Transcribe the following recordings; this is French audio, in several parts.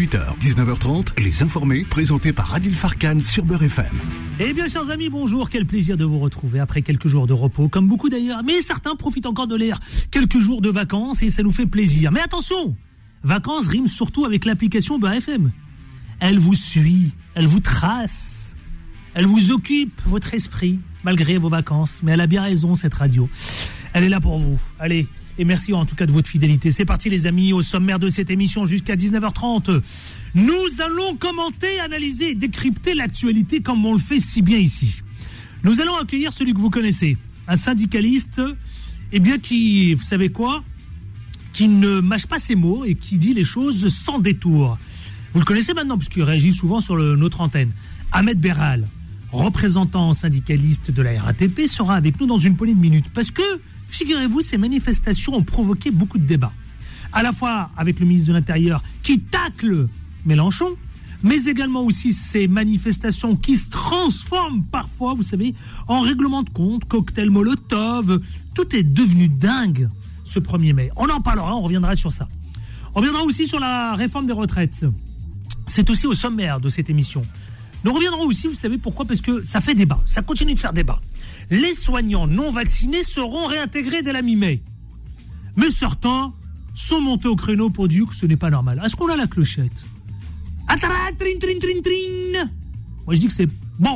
18h, 19h30, Les Informés, présentés par Adil Farkan sur Beurre FM. Eh bien, chers amis, bonjour. Quel plaisir de vous retrouver après quelques jours de repos, comme beaucoup d'ailleurs. Mais certains profitent encore de l'air. Quelques jours de vacances et ça nous fait plaisir. Mais attention, vacances riment surtout avec l'application Beurre FM. Elle vous suit, elle vous trace, elle vous occupe votre esprit, malgré vos vacances. Mais elle a bien raison, cette radio. Elle est là pour vous. Allez, et merci en tout cas de votre fidélité. C'est parti les amis, au sommaire de cette émission jusqu'à 19h30. Nous allons commenter, analyser et décrypter l'actualité comme on le fait si bien ici. Nous allons accueillir celui que vous connaissez, un syndicaliste, eh bien qui, vous savez quoi, qui ne mâche pas ses mots et qui dit les choses sans détour. Vous le connaissez maintenant puisqu'il réagit souvent sur notre antenne. Ahmed Berral, représentant syndicaliste de la RATP, sera avec nous dans une poignée de minutes parce que, figurez-vous, ces manifestations ont provoqué beaucoup de débats. À la fois avec le ministre de l'Intérieur qui tacle Mélenchon, mais également aussi ces manifestations qui se transforment parfois, vous savez, en règlement de compte, cocktail Molotov. Tout est devenu dingue ce 1er mai. On en parlera, on reviendra sur ça. On reviendra aussi sur la réforme des retraites. C'est aussi au sommaire de cette émission. Nous reviendrons aussi, vous savez pourquoi ? Parce que ça fait débat, ça continue de faire débat. Les soignants non vaccinés seront réintégrés dès la mi-mai. Mais certains sont montés au créneau pour dire que ce n'est pas normal. Est-ce qu'on a la clochette ? Atara, trin, trin, trin, trin. Moi je dis que c'est bon.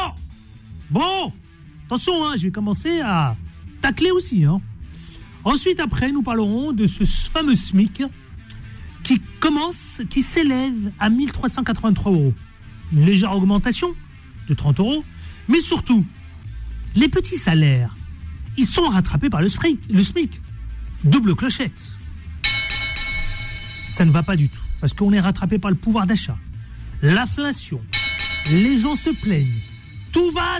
Attention, hein, je vais commencer à tacler aussi. Hein. Ensuite, après, nous parlerons de ce fameux SMIC qui s'élève à 1 383 €. Une légère augmentation de 30 €. Mais surtout, les petits salaires, ils sont rattrapés par le SMIC. Double clochette. Ça ne va pas du tout. Parce qu'on est rattrapé par le pouvoir d'achat. L'inflation. Les gens se plaignent. Tout va,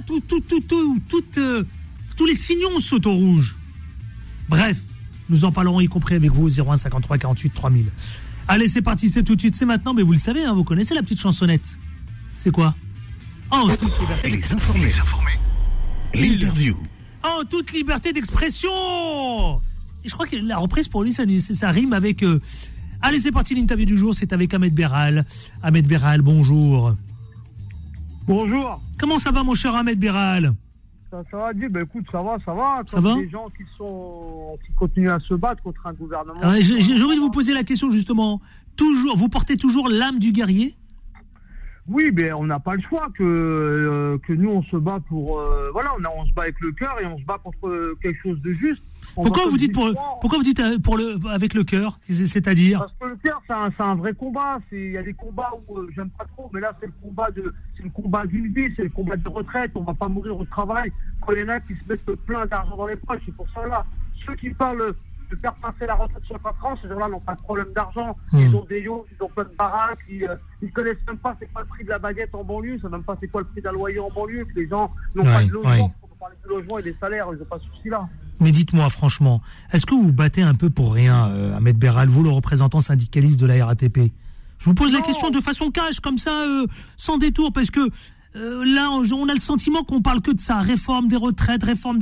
tous les signaux sautent au rouge. Bref, nous en parlerons y compris avec vous, 01 53 48 3000. Allez, c'est parti, c'est tout de suite, c'est maintenant. Mais vous le savez, hein, vous connaissez la petite chansonnette. C'est quoi ? En toute liberté. Les Informés. L'interview. En toute liberté d'expression. Et je crois que la reprise pour lui, ça rime avec... Allez, c'est parti, l'interview du jour, c'est avec Ahmed Berral. Ahmed Berral, bonjour. Bonjour. Comment ça va, mon cher Ahmed Berral ? Ça va, Dieu. Ben écoute, ça va. Ça va ? Des gens qui continuent à se battre contre un gouvernement. J'ai envie de vous poser la question, justement. Vous portez toujours l'âme du guerrier ? Oui, mais on n'a pas le choix que nous, on se bat pour... on se bat avec le cœur et on se bat contre quelque chose de juste. Pourquoi vous dites avec le cœur, c'est-à-dire ? Parce que le cœur, c'est un vrai combat. Il y a des combats où j'aime pas trop, mais là, c'est le combat d'une vie, c'est le combat de retraite. On va pas mourir au travail. Quand il y en a qui se mettent plein d'argent dans les poches, c'est pour ça là. Ceux qui parlent de faire passer la retraite sur 4 ans, ces gens-là n'ont pas de problème d'argent. Ils ont des yachts, ils ont plein de baraques, ils connaissent même pas c'est quoi le prix de la baguette en banlieue, ils savent même pas c'est quoi le prix d'un loyer en banlieue, que les gens n'ont pas de logement. Quand on parle de logement et des salaires, ils n'ont pas ce souci-là. Mais dites-moi franchement, est-ce que vous vous battez un peu pour rien, Ahmed Berral, vous le représentant syndicaliste de la RATP ? Je vous pose la question de façon cash, comme ça, sans détour, parce que là, on a le sentiment qu'on parle que de ça, réforme des retraites.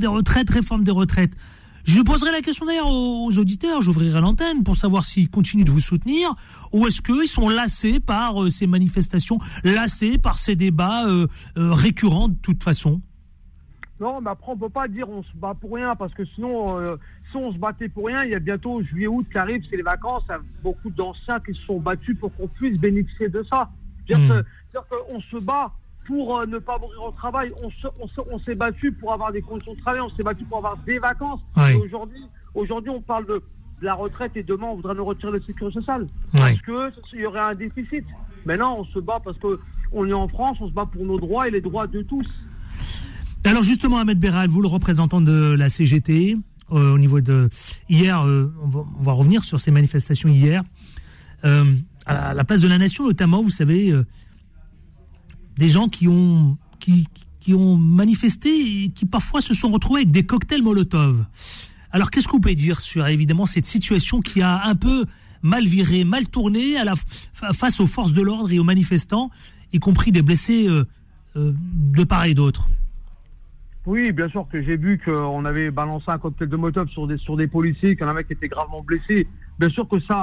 Je poserai la question d'ailleurs aux auditeurs, j'ouvrirai l'antenne pour savoir s'ils continuent de vous soutenir ou est-ce qu'ils sont lassés par ces manifestations, lassés par ces débats récurrents de toute façon. Non, mais après on peut pas dire on se bat pour rien parce que sinon, si on se battait pour rien, il y a bientôt juillet-août qui arrive, c'est les vacances, il y a beaucoup d'anciens qui se sont battus pour qu'on puisse bénéficier de ça. C'est-à-dire qu'on se bat pour ne pas mourir au travail, on s'est battu pour avoir des conditions de travail, on s'est battu pour avoir des vacances. Oui. Et aujourd'hui, on parle de la retraite et demain, on voudrait nous retirer la sécurité sociale. Parce qu'il y aurait un déficit. Maintenant, on se bat parce qu'on est en France, on se bat pour nos droits et les droits de tous. Alors justement, Ahmed Berral, vous le représentant de la CGT, au niveau de... Hier, on va revenir sur ces manifestations hier. À la place de la Nation, notamment, vous savez... des gens qui ont manifesté et qui parfois se sont retrouvés avec des cocktails Molotov. Alors qu'est-ce qu'on peut dire sur évidemment cette situation qui a un peu mal viré, mal tourné face aux forces de l'ordre et aux manifestants, y compris des blessés de part et d'autre? Oui, bien sûr que j'ai vu qu'on avait balancé un cocktail de Molotov sur des policiers, qu'il y en avait qui étaient gravement blessés. Bien sûr que ça,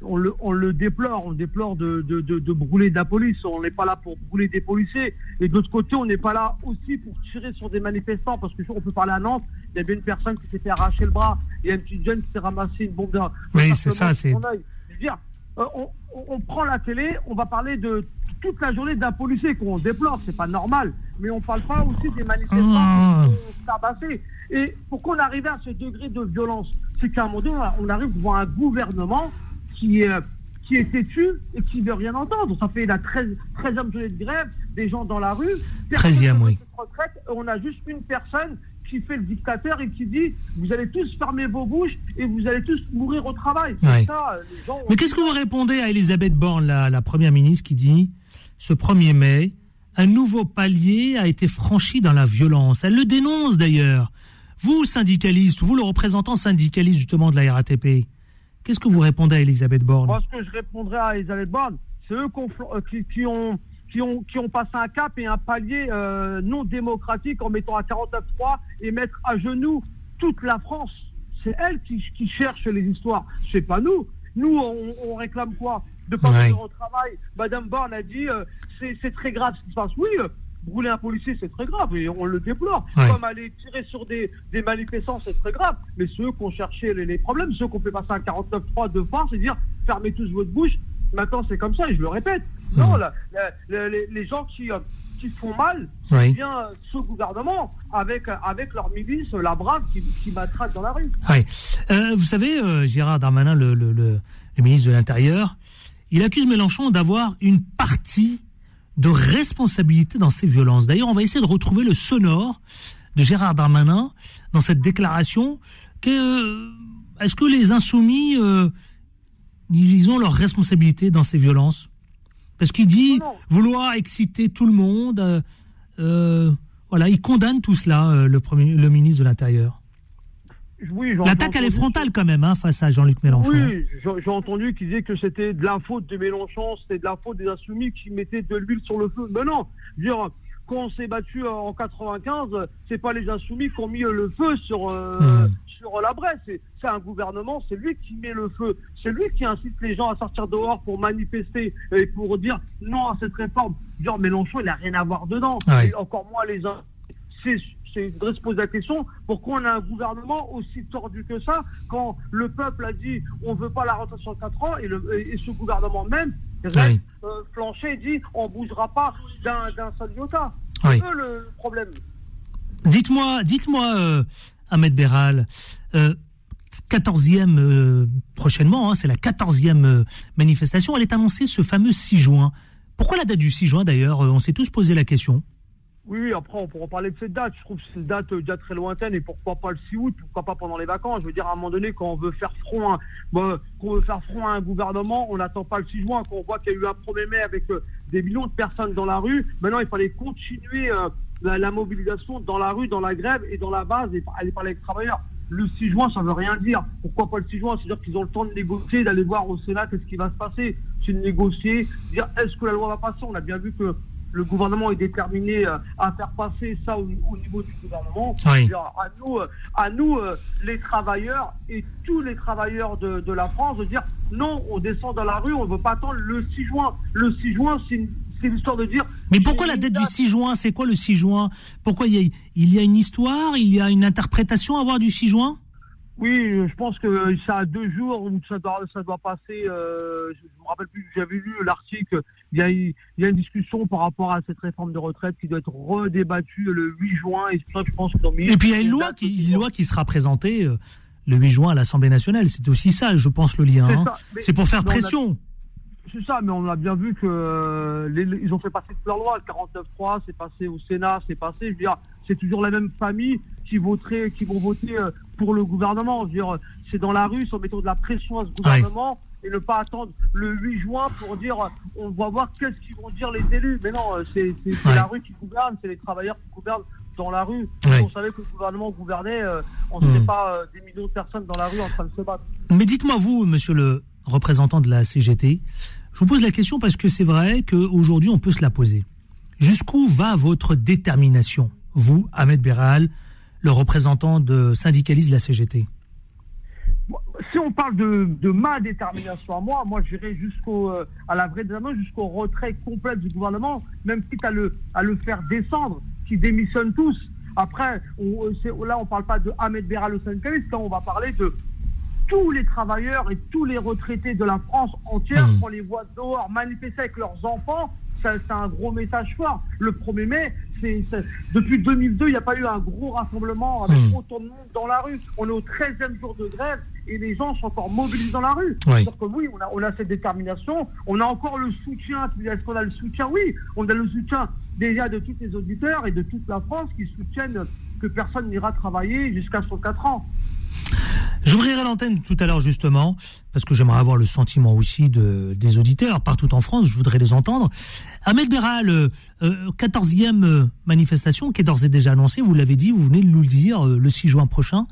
on le déplore. On déplore de brûler de la police. On n'est pas là pour brûler des policiers. Et de l'autre côté, on n'est pas là aussi pour tirer sur des manifestants. Parce que on peut parler à Nantes, il y avait une personne qui s'est fait arracher le bras. Il y a une petite jeune qui s'est ramassée une bombe d'un. Oui, c'est ça. Je veux dire, on prend la télé, on va parler de toute la journée d'un policier qu'on déplore. C'est pas normal. Mais on parle pas aussi des manifestants qui sont tabassés. Et pourquoi on arrivait à ce degré de violence? C'est qu'à un moment donné, on arrive devant un gouvernement qui est têtu et qui ne veut rien entendre. Ça fait la 13e journée de grève, des gens dans la rue. 13e, oui. On a juste une personne qui fait le dictateur et qui dit vous allez tous fermer vos bouches et vous allez tous mourir au travail. Ouais. Ça, les gens Mais qu'est-ce que vous répondez à Elisabeth Borne, la première ministre, qui dit ce 1er mai, un nouveau palier a été franchi dans la violence. Elle le dénonce d'ailleurs. Vous, syndicaliste, vous, le représentant syndicaliste justement de la RATP, qu'est-ce que vous répondez à Elisabeth Borne? Moi, ce que je répondrais à Elisabeth Borne, c'est eux qui ont passé un cap et un palier non démocratique en mettant à 49.3 et mettre à genoux toute la France. C'est elle qui cherche les histoires. C'est pas nous. Nous, on réclame quoi? De pas venir au travail. Madame Borne a dit c'est très grave ce qui se passe. Oui, brûler un policier, c'est très grave et on le déplore. Ouais. Comme aller tirer sur des manifestants, c'est très grave. Mais ceux qui ont cherché les problèmes, ceux qui ont fait passer un 49.3 de force, c'est dire fermez tous votre bouche. Maintenant, c'est comme ça et je le répète. Non, les gens qui font mal, c'est bien ce gouvernement avec leur milice, la brave qui matraque dans la rue. Oui. Vous savez, Gérald Darmanin, le ministre de l'Intérieur, il accuse Mélenchon d'avoir une partie de responsabilité dans ces violences. D'ailleurs, on va essayer de retrouver le sonore de Gérald Darmanin dans cette déclaration. Est-ce que les insoumis, ils ont leur responsabilité dans ces violences? Parce qu'il dit vouloir exciter tout le monde. Voilà, il condamne tout cela, le ministre de l'Intérieur. Oui, l'attaque, elle est frontale quand même, face à Jean-Luc Mélenchon. Oui, j'ai entendu qu'il disait que c'était de la faute de Mélenchon, c'était de la faute des insoumis qui mettaient de l'huile sur le feu. Mais non, je veux dire, quand on s'est battu en 95, c'est pas les insoumis qui ont mis le feu sur la Bresse. C'est un gouvernement, c'est lui qui met le feu. C'est lui qui incite les gens à sortir dehors pour manifester et pour dire non à cette réforme. Genre, Mélenchon, il n'a rien à voir dedans. Ouais. Et encore moins les uns. Il faudrait se poser la question pourquoi on a un gouvernement aussi tordu que ça quand le peuple a dit on ne veut pas la retraite sur 4 ans et ce gouvernement même reste planché et dit on ne bougera pas d'un seul iota. C'est le problème. Dites-moi, Ahmed Béral, 14e prochainement, c'est la 14e manifestation, elle est annoncée ce fameux 6 juin. Pourquoi la date du 6 juin d'ailleurs? On s'est tous posé la question. Oui, après, on pourra parler de cette date. Je trouve que c'est une date déjà très lointaine et pourquoi pas le 6 août, pourquoi pas pendant les vacances. Je veux dire, à un moment donné, quand on veut faire front à un gouvernement, on n'attend pas le 6 juin. Quand on voit qu'il y a eu un 1er mai avec des millions de personnes dans la rue, maintenant, il fallait continuer la mobilisation dans la rue, dans la grève et dans la base et aller parler avec les travailleurs. Le 6 juin, ça ne veut rien dire. Pourquoi pas le 6 juin? C'est-à-dire qu'ils ont le temps de négocier, d'aller voir au Sénat qu'est-ce qui va se passer. C'est de négocier, dire est-ce que la loi va passer? On a bien vu que le gouvernement est déterminé à faire passer ça au niveau du gouvernement. Oui. À nous, les travailleurs et tous les travailleurs de la France, de dire non, on descend dans la rue, on ne veut pas attendre le 6 juin. Le 6 juin, c'est l'histoire de dire... Mais pourquoi la date du 6 juin? C'est quoi le 6 juin? Pourquoi il y a une histoire, il y a une interprétation à avoir du 6 juin? Oui, je pense que ça a 2 jours où ça doit passer. Je me rappelle plus, j'avais lu l'article. Il y a une discussion par rapport à cette réforme de retraite qui doit être redébattue le 8 juin. Et je pense que et puis il y a une loi qui sera présentée le 8 juin à l'Assemblée nationale. C'est aussi ça, je pense, le lien. C'est pour faire pression. C'est ça, mais on a bien vu que ils ont fait passer toute leur loi. Le 49.3, c'est passé au Sénat, c'est passé. Je veux dire, c'est toujours la même famille qui vont voter pour le gouvernement. Je veux dire, c'est dans la rue, sans mettre de la pression à ce gouvernement et ne pas attendre le 8 juin pour dire on va voir qu'est-ce qu'ils vont dire les élus. Mais non, c'est la rue qui gouverne, c'est les travailleurs qui gouvernent dans la rue. On savait que le gouvernement gouvernait, on ne savait pas des millions de personnes dans la rue en train de se battre. Mais dites-moi, vous, monsieur le représentant de la CGT, je vous pose la question parce que c'est vrai qu'aujourd'hui, on peut se la poser. Jusqu'où va votre détermination, vous, Ahmed Béral, le représentant syndicaliste de la CGT? Si on parle de ma détermination à moi j'irai à la vraie détermination, jusqu'au retrait complet du gouvernement, même quitte à le faire descendre, qu'ils démissionnent tous. Après, là on parle pas de Ahmed Berral le syndicaliste, là on va parler de tous les travailleurs et tous les retraités de la France entière, qu'on les voit dehors manifester avec leurs enfants. C'est un gros message fort. Le 1er mai, depuis 2002, il n'y a pas eu un gros rassemblement avec autant de monde dans la rue. On est au 13e jour de grève et les gens sont encore mobilisés dans la rue. C'est-à-dire que oui, on a cette détermination. On a encore le soutien. Est-ce qu'on a le soutien? Oui, on a le soutien déjà de tous les auditeurs et de toute la France qui soutiennent que personne n'ira travailler jusqu'à 104 ans. J'ouvrirai l'antenne tout à l'heure justement, parce que j'aimerais avoir le sentiment aussi des auditeurs partout en France, je voudrais les entendre. Ahmed Berral, 14e manifestation qui est d'ores et déjà annoncée, vous l'avez dit, vous venez de nous le dire, le 6 juin prochain.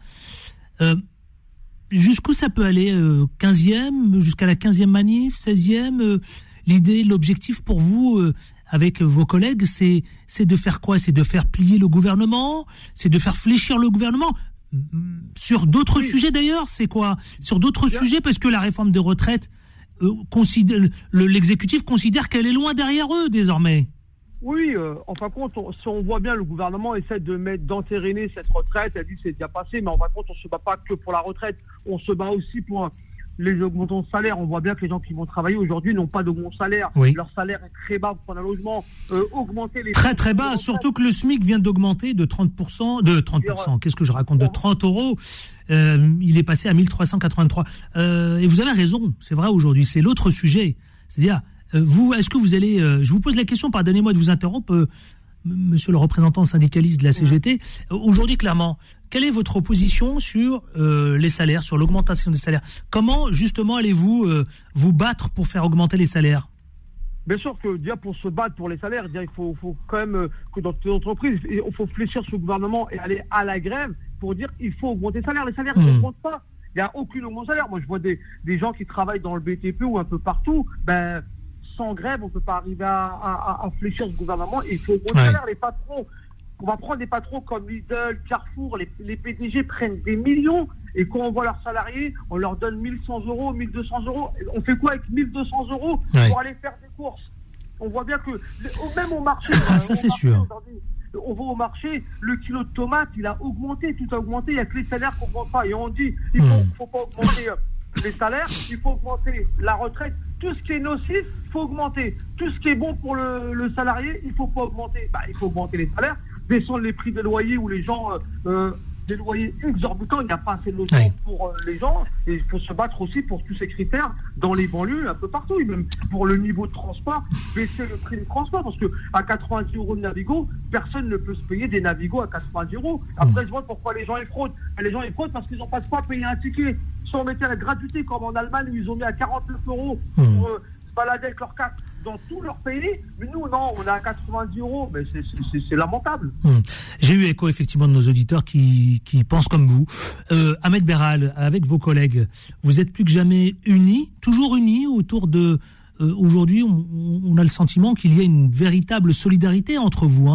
Jusqu'où ça peut aller 15e, jusqu'à la 15e manif, 16e l'idée, l'objectif pour vous avec vos collègues, c'est de faire quoi? C'est de faire plier le gouvernement? C'est de faire fléchir le gouvernement? Sur d'autres sujets d'ailleurs, c'est quoi? Sur d'autres sujets, parce que la réforme des retraites, l'exécutif considère qu'elle est loin derrière eux désormais. Oui, en fin de compte, si on voit bien, le gouvernement essaie d'entériner cette retraite, elle dit c'est déjà passé, mais en fin de compte, on ne se bat pas que pour la retraite, on se bat aussi pour les augmentations de salaire. On voit bien que les gens qui vont travailler aujourd'hui n'ont pas de bon salaire. Leur salaire est très bas pour prendre un logement. Augmenter les... Très très bas, surtout que le SMIC vient d'augmenter de 30%, qu'est-ce que je raconte, de 30 euros. Il est passé à 1383. Et vous avez raison, c'est vrai aujourd'hui, c'est l'autre sujet. C'est-à-dire, vous, est-ce que vous allez... je vous pose la question, pardonnez-moi de vous interrompre, monsieur le représentant syndicaliste de la CGT. Aujourd'hui, clairement, quelle est votre position sur les salaires, sur l'augmentation des salaires? Comment, justement, allez-vous vous battre pour faire augmenter les salaires? Bien sûr que déjà pour se battre pour les salaires, il faut quand même que dans toutes les entreprises, il faut fléchir sur le gouvernement et aller à la grève pour dire qu'il faut augmenter les salaires. Les salaires ne augmentent pas. Il n'y a aucune augmentation de salaire. Moi, je vois des gens qui travaillent dans le BTP ou un peu partout. Sans grève, on ne peut pas arriver à fléchir ce gouvernement. Il faut augmenter les salaires. Les patrons, on va prendre des patrons comme Lidl, Carrefour, les PDG prennent des millions. Et quand on voit leurs salariés, on leur donne 1100 euros, 1200 euros. On fait quoi avec 1200 euros pour aller faire des courses? On voit bien que, même au marché, ça c'est sûr. On va au marché, le kilo de tomates, il a augmenté, tout a augmenté, il n'y a que les salaires qu'on n'augmente pas. Et on dit, il ne faut pas augmenter les salaires, il faut augmenter la retraite. Tout ce qui est nocif, il faut augmenter. Tout ce qui est bon pour le salarié, il ne faut pas augmenter. Il faut augmenter les salaires, descendre les prix des loyers où les gens... des loyers exorbitants, il n'y a pas assez de logements pour les gens, et il faut se battre aussi pour tous ces critères dans les banlieues, un peu partout, et même pour le niveau de transport, baisser le prix des transports, parce que à 90 euros de Navigo, personne ne peut se payer des Navigo à 90 euros. Après, je vois pourquoi les gens y fraudent. Les gens y fraudent parce qu'ils n'ont pas de quoi payer un ticket. Si on mettait la gratuité, comme en Allemagne, où ils ont mis à 49 euros pour se balader avec leur carte dans tout leur pays, mais nous, non, on est à 90 euros, mais c'est lamentable. J'ai eu écho, effectivement, de nos auditeurs qui pensent comme vous. Ahmed Berral, avec vos collègues, vous êtes plus que jamais unis, toujours unis autour de... aujourd'hui, on a le sentiment qu'il y a une véritable solidarité entre vous,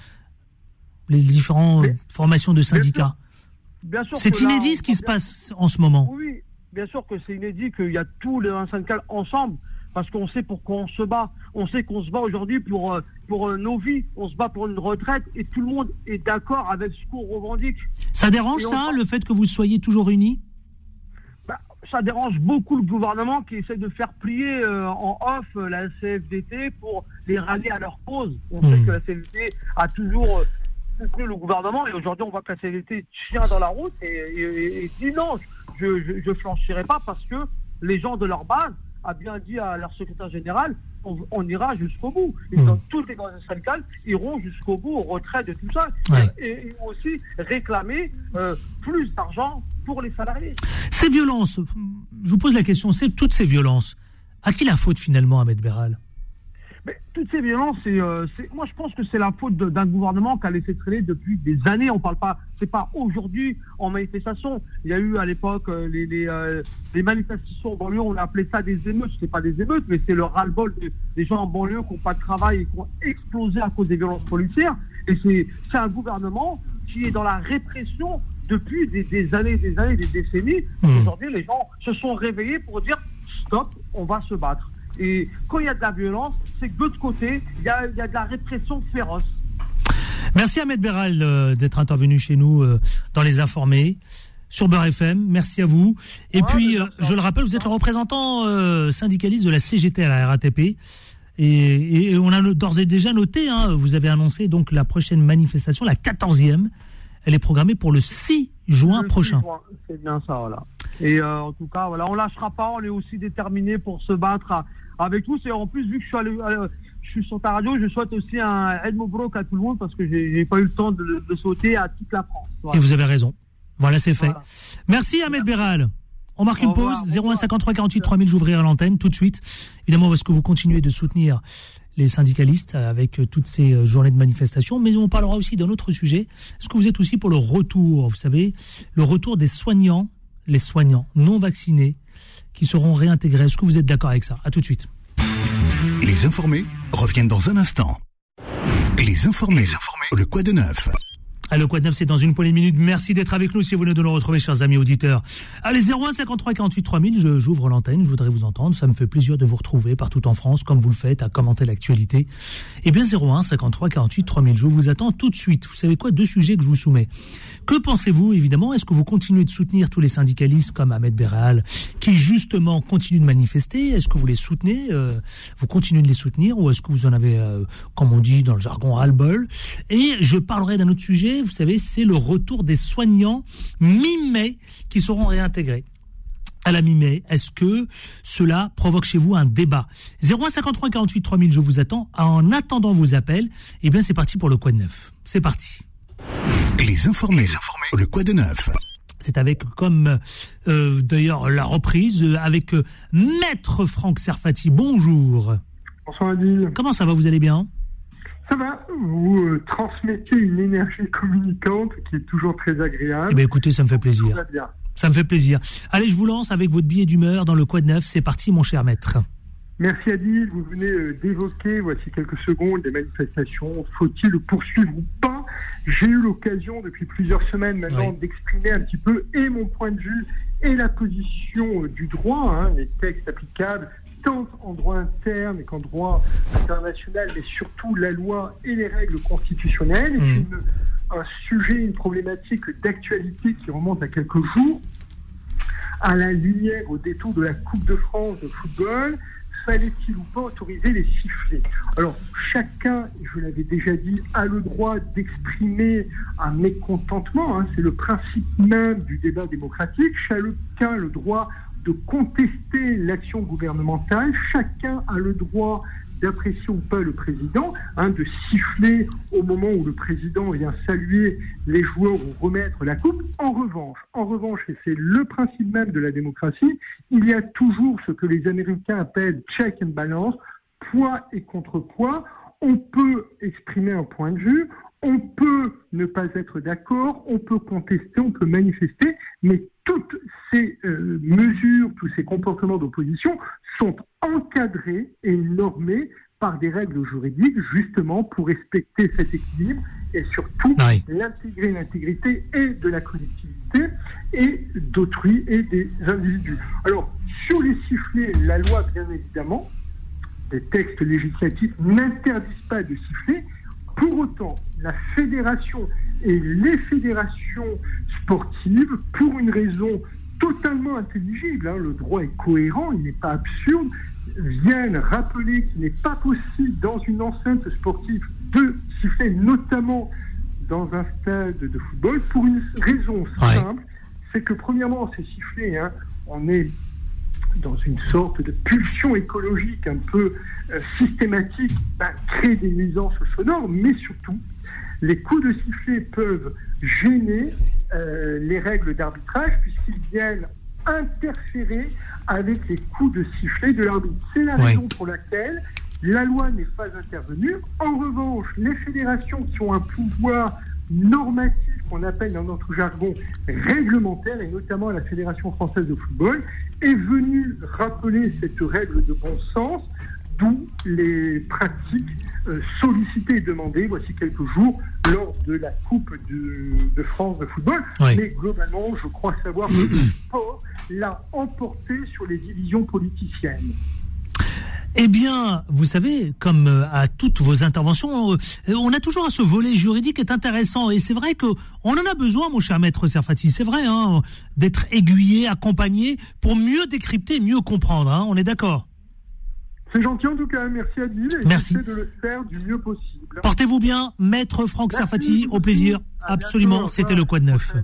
les différentes formations de syndicats. Bien sûr c'est inédit ce qui se passe en ce moment. Oui, bien sûr que c'est inédit qu'il y a tous les syndicats ensemble. Parce qu'on sait pourquoi on se bat. On sait qu'on se bat aujourd'hui pour nos vies. On se bat pour une retraite et tout le monde est d'accord avec ce qu'on revendique. Ça dérange le fait que vous soyez toujours unis? Ça dérange beaucoup le gouvernement qui essaie de faire plier en off la CFDT pour les rallier à leur cause. On sait que la CFDT a toujours soutenu le gouvernement et aujourd'hui on voit que la CFDT tient dans la route et dit non, je flanchirai pas parce que les gens de leur base a bien dit à leur secrétaire général, on ira jusqu'au bout. Et dans toutes les organisations syndicales iront jusqu'au bout, au retrait de tout ça. Et aussi réclamer plus d'argent pour les salariés. Ces violences, je vous pose la question, toutes ces violences, à qui la faute finalement, Ahmed Berral? Mais toutes ces violences, moi je pense que c'est la faute d'un gouvernement qui a laissé traîner depuis des années. On parle pas, c'est pas aujourd'hui en manifestation. Il y a eu à l'époque les manifestations en banlieue, on a appelé ça des émeutes. C'est pas des émeutes, mais c'est le ras-le-bol des gens en banlieue qui n'ont pas de travail et qui ont explosé à cause des violences policières. Et c'est un gouvernement qui est dans la répression depuis des années, des décennies. Aujourd'hui, les gens se sont réveillés pour dire stop, on va se battre. Et quand il y a de la violence, c'est que de l'autre côté, il y a de la répression féroce. Merci Ahmed Beral d'être intervenu chez nous dans Les Informés sur Beurre FM. Merci à vous. Et puis, je le rappelle, vous êtes le représentant syndicaliste de la CGT à la RATP. Et on a d'ores et déjà noté, vous avez annoncé donc la prochaine manifestation, la 14e. Elle est programmée pour le 6 juin prochain. C'est bien ça, voilà. Et en tout cas, voilà, on lâchera pas, on est aussi déterminés pour se battre avec tous. Et en plus, vu que je suis sur ta radio, je souhaite aussi un Eid Mobrouk à tout le monde parce que j'ai pas eu le temps de sauter à toute la France. Voilà. Et vous avez raison. Voilà, c'est fait. Voilà. Merci Ahmed Beral. On marque une pause. 01 53 48 3000, j'ouvrirai l'antenne tout de suite. Évidemment, parce que vous continuez de soutenir les syndicalistes avec toutes ces journées de manifestation, mais on parlera aussi d'un autre sujet. Est-ce que vous êtes aussi pour le retour, vous savez, le retour des soignants, les soignants non vaccinés qui seront réintégrés? Est-ce que vous êtes d'accord avec ça? À tout de suite. Les informés reviennent dans un instant. Les informés. Le quoi de neuf? Le Quad 9, c'est dans une poignée de minutes. Merci d'être avec nous si vous venez de nous retrouver, chers amis auditeurs. Allez, 01 53 48 3000, j'ouvre l'antenne, je voudrais vous entendre. Ça me fait plaisir de vous retrouver partout en France, comme vous le faites, à commenter l'actualité. Eh bien, 01 53 48 3000, je vous attends tout de suite. Vous savez quoi? 2 sujets que je vous soumets. Que pensez-vous, évidemment? Est-ce que vous continuez de soutenir tous les syndicalistes comme Ahmed Beral, qui justement continuent de manifester? Est-ce que vous les soutenez? Vous continuez de les soutenir? Ou est-ce que vous en avez, comme on dit dans le jargon, ras-le-bol? Et je parlerai d'un autre sujet. Vous savez, c'est le retour des soignants mi-mai qui seront réintégrés. À la mi-mai, est-ce que cela provoque chez vous un débat? 01 53 48 3000, je vous attends. En attendant vos appels, eh bien c'est parti pour le Quad 9. C'est parti. Les informés. Le Quad 9. C'est avec, comme d'ailleurs la reprise, avec Maître Franck Serfati. Bonjour. Bonsoir Adil. Comment ça va, vous allez bien? Ça va, vous transmettez une énergie communicante qui est toujours très agréable. Eh bien écoutez, ça me fait plaisir. Ça va bien. Ça me fait plaisir. Allez, je vous lance avec votre billet d'humeur dans le Quad 9. C'est parti, mon cher maître. Merci Adil, vous venez d'évoquer, voici quelques secondes, les manifestations. Faut-il le poursuivre ou pas? J'ai eu l'occasion depuis plusieurs semaines maintenant d'exprimer un petit peu et mon point de vue et la position du droit, les textes applicables, tant en droit interne qu'en droit international, mais surtout la loi et les règles constitutionnelles. C'est un sujet, une problématique d'actualité qui remonte à quelques jours. À la lumière, au détour de la Coupe de France de football, fallait-il ou pas autoriser les sifflets? Alors, chacun, je l'avais déjà dit, a le droit d'exprimer un mécontentement. C'est le principe même du débat démocratique. Chacun a le droit de contester l'action gouvernementale. Chacun a le droit d'apprécier ou pas le président, de siffler au moment où le président vient saluer les joueurs ou remettre la coupe. En revanche, et c'est le principe même de la démocratie, il y a toujours ce que les Américains appellent check and balance, poids et contrepoids. On peut exprimer un point de vue, on peut ne pas être d'accord, on peut contester, on peut manifester, mais toutes ces mesures, tous ces comportements d'opposition sont encadrés et normés par des règles juridiques, justement pour respecter cet équilibre et surtout l'intégrité et de la collectivité et d'autrui et des individus. Alors, sur les sifflets, la loi, bien évidemment, les textes législatifs n'interdisent pas de siffler. Pour autant, la fédération et les fédérations sportives, pour une raison totalement intelligible, le droit est cohérent, il n'est pas absurde, viennent rappeler qu'il n'est pas possible dans une enceinte sportive de siffler, notamment dans un stade de football, pour une raison simple, c'est que premièrement, ces sifflets, on est dans une sorte de pulsion écologique un peu systématique, créer des nuisances sonores, mais surtout, les coups de sifflet peuvent gêner les règles d'arbitrage puisqu'ils viennent interférer avec les coups de sifflet de l'arbitre. C'est la raison pour laquelle la loi n'est pas intervenue. En revanche, les fédérations qui ont un pouvoir normatif qu'on appelle dans notre jargon réglementaire, et notamment la Fédération française de football, est venue rappeler cette règle de bon sens, d'où les pratiques sollicité et demandé voici quelques jours lors de la Coupe de France de football. Oui. Mais globalement, je crois savoir que le sport l'a emporté sur les divisions politiciennes. Eh bien, vous savez, comme à toutes vos interventions, on a toujours ce volet juridique qui est intéressant. Et c'est vrai qu'on en a besoin, mon cher maître Serfati. C'est vrai, hein, d'être aiguillé, accompagné, pour mieux décrypter, mieux comprendre. Hein, on est d'accord? C'est gentil en tout cas. Merci Adil. Et merci. J'essaie de le faire du mieux possible. Portez-vous bien, maître Franck Serfati. Au plaisir. Absolument, bientôt, c'était le Quoi de Neuf.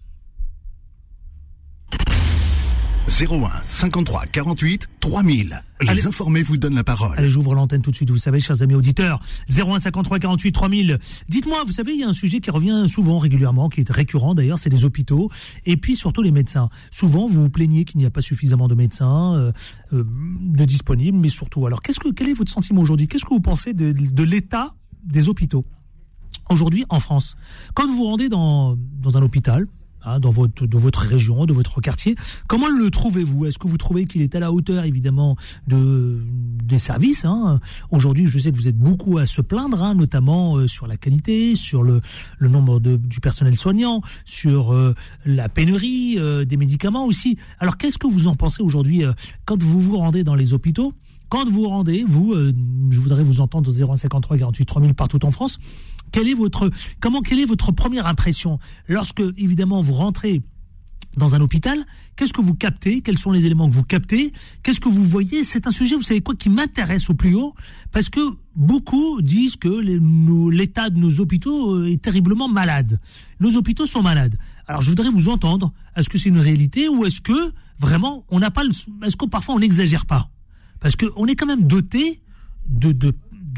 01 53 48 3000. Les informés vous donnent la parole. Allez, j'ouvre l'antenne tout de suite, vous savez, chers amis auditeurs. 01 53 48 3000. Dites-moi, vous savez, il y a un sujet qui revient souvent, régulièrement, qui est récurrent d'ailleurs, c'est les hôpitaux, et puis surtout les médecins. Souvent, vous vous plaignez qu'il n'y a pas suffisamment de médecins de disponibles, mais surtout, alors, quel est votre sentiment aujourd'hui? Qu'est-ce que vous pensez de l'état des hôpitaux aujourd'hui en France? Quand vous vous rendez dans un hôpital, dans votre région, de votre quartier, comment le trouvez-vous? Est-ce que vous trouvez qu'il est à la hauteur, évidemment, des services, hein? Aujourd'hui, je sais que vous êtes beaucoup à se plaindre, hein, notamment sur la qualité, sur le nombre du personnel soignant, sur la pénurie des médicaments aussi. Alors, qu'est-ce que vous en pensez aujourd'hui quand vous vous rendez dans les hôpitaux? Quand vous vous rendez, je voudrais vous entendre au 0153 48 3000 partout en France. Quelle est votre première impression lorsque, évidemment, vous rentrez dans un hôpital? Qu'est-ce que vous captez? Quels sont les éléments que vous captez? Qu'est-ce que vous voyez? C'est un sujet, vous savez quoi, qui m'intéresse au plus haut, parce que beaucoup disent que l'état de nos hôpitaux est terriblement malade. Nos hôpitaux sont malades. Alors, je voudrais vous entendre. Est-ce que c'est une réalité ou est-ce que, vraiment, est-ce que parfois on n'exagère pas? Parce qu'on est quand même doté de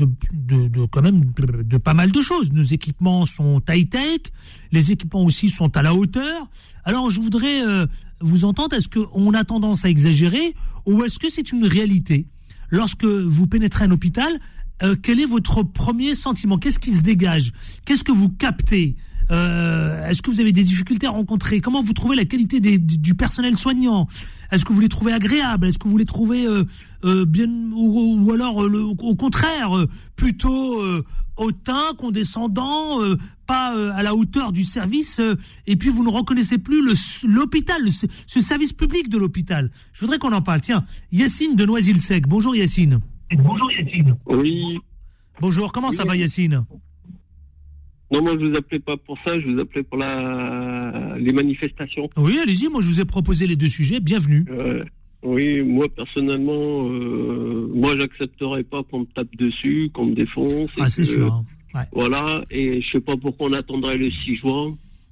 pas mal de choses. Nos équipements sont high-tech, les équipements aussi sont à la hauteur. Alors je voudrais vous entendre, est-ce qu'on a tendance à exagérer ou est-ce que c'est une réalité? Lorsque vous pénétrez un hôpital, quel est votre premier sentiment? Qu'est-ce qui se dégage? Qu'est-ce que vous captez? Est-ce que vous avez des difficultés à rencontrer? Comment vous trouvez la qualité du personnel soignant? Est-ce que vous les trouvez agréables? Est-ce que vous les trouvez bien, ou alors au contraire plutôt hautain, condescendant, pas à la hauteur du service, et puis vous ne reconnaissez plus l'hôpital, ce service public de l'hôpital? Je voudrais qu'on en parle. Tiens, Yacine de Noisy-le-Sec. Bonjour Yacine. Bonjour Yacine. Oui. Bonjour, comment ça va Yacine? Non, moi je vous appelais pas pour ça, je vous appelais pour les manifestations. Oui, allez-y, moi je vous ai proposé les deux sujets, bienvenue. Oui, moi personnellement, moi j'accepterais pas qu'on me tape dessus, qu'on me défonce. Ah, c'est sûr. Hein. Ouais. Voilà, et je sais pas pourquoi on attendrait le 6 juin.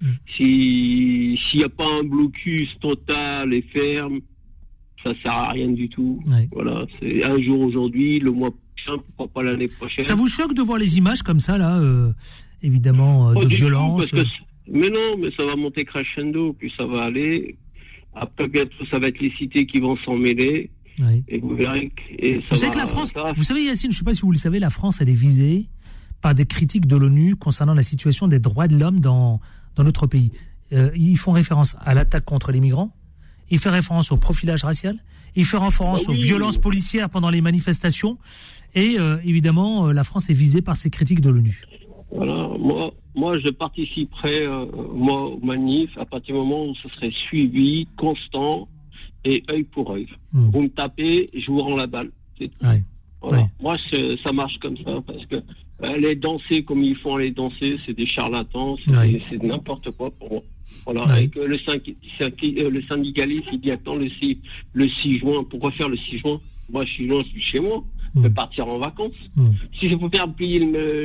S'il n'y a pas un blocus total et ferme, ça sert à rien du tout. Ouais. Voilà, c'est un jour aujourd'hui, le mois prochain, pourquoi pas l'année prochaine. Ça vous choque de voir les images comme ça, là évidemment, de violence. Mais non, mais ça va monter crescendo, puis ça va aller. Après, bientôt, ça va être les cités qui vont s'en mêler. Oui. Et vous verrez vous savez que la France, vous savez, Yacine, je ne sais pas si vous le savez, la France, elle est visée par des critiques de l'ONU concernant la situation des droits de l'homme dans notre pays. Ils font référence à l'attaque contre les migrants, ils font référence au profilage racial, ils font référence aux violences policières pendant les manifestations, et évidemment, la France est visée par ces critiques de l'ONU. Voilà, moi je participerai aux manifs à partir du moment où ce serait suivi, constant et œil pour œil. Vous me tapez, je vous rends la balle. C'est tout. Ouais. Voilà. Ouais. Moi ça marche comme ça parce que les danser comme ils font les danser, c'est des charlatans, c'est n'importe quoi pour moi. Voilà. Ouais. Et que le syndicaliste il dit attends le 6 juin, pourquoi faire le 6 juin? Moi je suis chez moi. Je peux partir en vacances. Si vous faire plier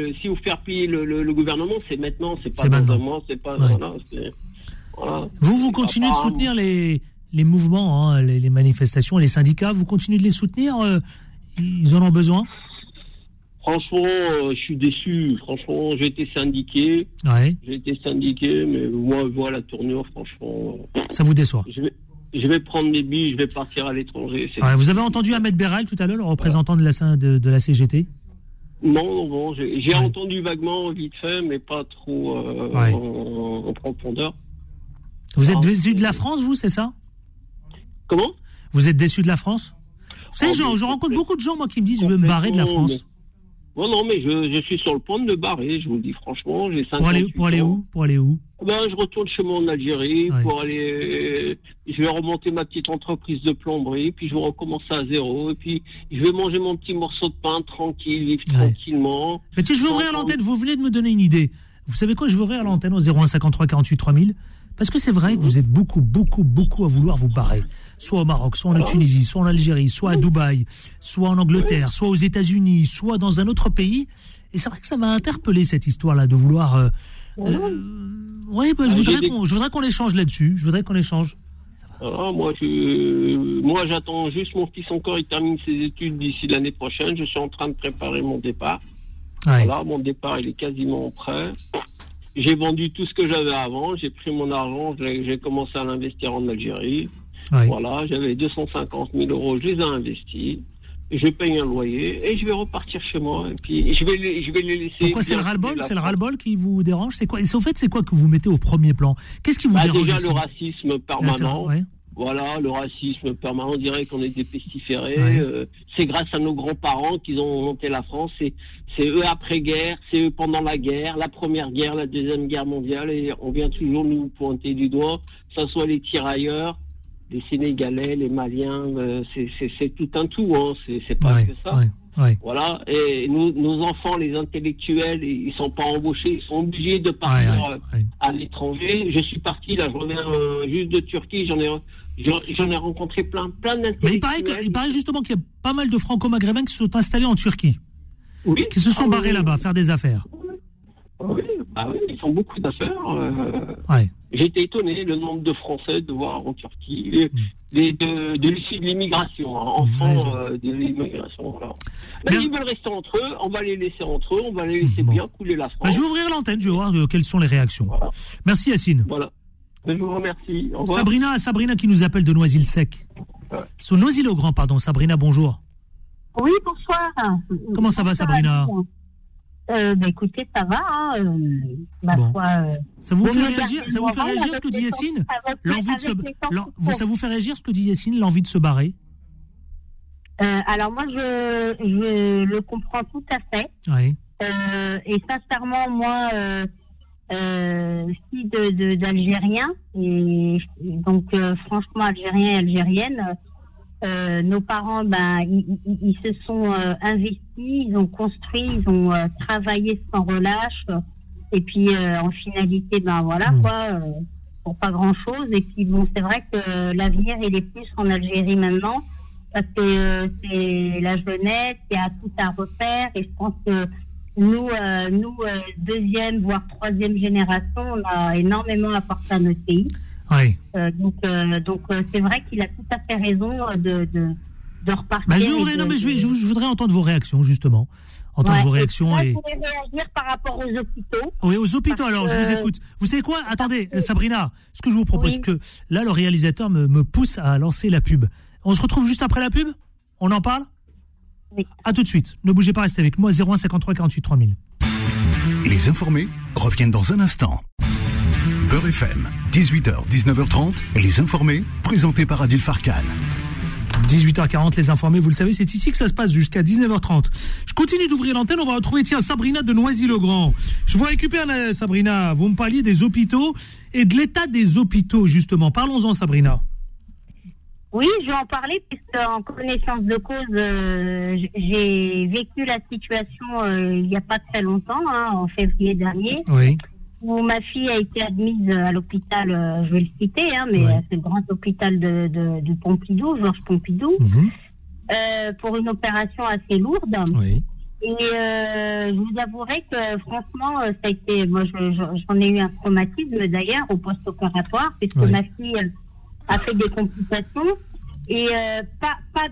le gouvernement, c'est maintenant, c'est pas dans un mois, c'est pas. Ouais. Voilà. Vous continuez de soutenir les mouvements, hein, les manifestations, les syndicats. Vous continuez de les soutenir. Ils en ont besoin. Franchement, je suis déçu. Franchement, j'ai été syndiqué. Ouais. Mais moi, je vois la tournure. Franchement. Ça vous déçoit. Je vais prendre mes billes, je vais partir à l'étranger. Vous avez entendu Ahmed Beral tout à l'heure, le représentant de la CGT? Non, j'ai entendu vaguement, vite fait, mais pas trop en profondeur. Vous êtes déçu de la France, vous, c'est ça? Comment? Vous êtes déçu de la France? Vous savez, je rencontre beaucoup de gens, moi, qui me disent je veux me barrer de la France. Oh non, mais je suis sur le point de me barrer, je vous le dis franchement. J'ai 58 pour aller ans. Pour aller où Je retourne chez moi en Algérie pour aller. Je vais remonter ma petite entreprise de plomberie, puis je vais recommencer à zéro, et puis je vais manger mon petit morceau de pain tranquille, vivre tranquillement. Mais tiens, je vais ouvrir l'antenne. Vous venez de me donner une idée. Vous savez quoi? Je vais ouvrir l'antenne au 01 53 48 3000. Parce que c'est vrai que vous êtes beaucoup à vouloir vous barrer. Soit au Maroc, soit en Tunisie, soit en Algérie, soit à Dubaï, soit en Angleterre, soit aux États-Unis, soit dans un autre pays. Et c'est vrai que ça m'a interpellé cette histoire-là de vouloir. Je voudrais qu'on échange là-dessus. Je voudrais qu'on échange. Moi, j'attends juste mon fils encore. Il termine ses études d'ici l'année prochaine. Je suis en train de préparer mon départ. Ouais. Voilà, mon départ, il est quasiment prêt. J'ai vendu tout ce que j'avais avant. J'ai pris mon argent. J'ai commencé à l'investir en Algérie. Ouais. Voilà, j'avais 250 000 euros. Je les ai investis. Je paye un loyer et je vais repartir chez moi. Et puis je vais les laisser. Pourquoi c'est le ras-le-bol? C'est le ras-le-bol qui vous dérange? C'est quoi? Et au fait, c'est quoi que vous mettez au premier plan? Qu'est-ce qui vous dérange? Déjà le racisme permanent. Voilà, le racisme permanent. On dirait qu'on est des pestiférés. C'est grâce à nos grands-parents qu'ils ont monté la France. C'est eux après-guerre, c'est eux pendant la guerre, la première guerre, la deuxième guerre mondiale. Et on vient toujours nous pointer du doigt, que ce soit les tirailleurs, les Sénégalais, les Maliens, c'est tout un tout, hein. C'est pas que ça. Voilà. Et nos enfants, les intellectuels, ils sont pas embauchés, ils sont obligés de partir à l'étranger. Je suis parti, là, je reviens juste de Turquie, j'en ai rencontré plein d'intellectuels. Mais il paraît justement qu'il y a pas mal de franco-maghrébins qui se sont installés en Turquie. Oui. Qui se sont barrés là-bas, faire des affaires. Oui, ils font beaucoup d'affaires. J'ai été étonné le nombre de Français de voir en Turquie, de l'issue de l'immigration, enfants de l'immigration. Voilà. Ils veulent rester entre eux, on va les laisser entre eux, on va les laisser bien couler la France. Je vais ouvrir l'antenne, je vais voir quelles sont les réactions. Voilà. Merci Yacine. Voilà. Je vous remercie. Au revoir. Sabrina qui nous appelle de Noisy-le-Sec. Sur Noisy-le-Grand, pardon. Sabrina, bonjour. Oui, bonsoir. Comment ça va, Sabrina? Écoutez, ça va. Ça vous fait réagir ce que dit Yacine? Ça vous fait réagir ce que dit Yacine, l'envie de se barrer? Alors moi, je le comprends tout à fait. Oui. Et sincèrement, moi, fille d'Algériens, et donc franchement algérien et algérienne, nos parents, ils se sont investis, ils ont construit, ils ont travaillé sans relâche, et puis en finalité, pour pas grand chose. Et puis bon, c'est vrai que l'avenir il est plus en Algérie maintenant, parce que c'est la jeunesse, il y a tout à refaire, et je pense que nous, deuxième voire troisième génération, on a énormément apporté à notre pays. Oui. Donc c'est vrai qu'il a tout à fait raison de repartir. Je voudrais entendre vos réactions, justement. Vos réactions. Je voudrais réagir par rapport aux hôpitaux. Oui, aux hôpitaux, alors je vous écoute. Vous savez quoi? Attendez, Sabrina, ce que je vous propose, que là, le réalisateur me pousse à lancer la pub. On se retrouve juste après la pub? On en parle? Oui. À tout de suite. Ne bougez pas, restez avec moi. 01 53 48 3000. Les informés reviennent dans un instant. Beurre FM, 18h, 19h30, les informés, présentés par Adil Farkan. 18h40, les informés, vous le savez, c'est ici que ça se passe jusqu'à 19h30. Je continue d'ouvrir l'antenne, on va retrouver, Sabrina de Noisy-le-Grand. Je vous récupère, Sabrina, vous me parliez des hôpitaux et de l'état des hôpitaux, justement. Parlons-en, Sabrina. Oui, je vais en parler, puisqu'en connaissance de cause, j'ai vécu la situation il n'y a pas très longtemps, en février dernier. Oui. Où ma fille a été admise à l'hôpital, je vais le citer, mais c'est le grand hôpital du Pompidou, Georges Pompidou, pour une opération assez lourde. Oui. Et je vous avouerai que franchement, ça a été, moi j'en ai eu un traumatisme d'ailleurs au post-opératoire, puisque ma fille a fait des complications et pas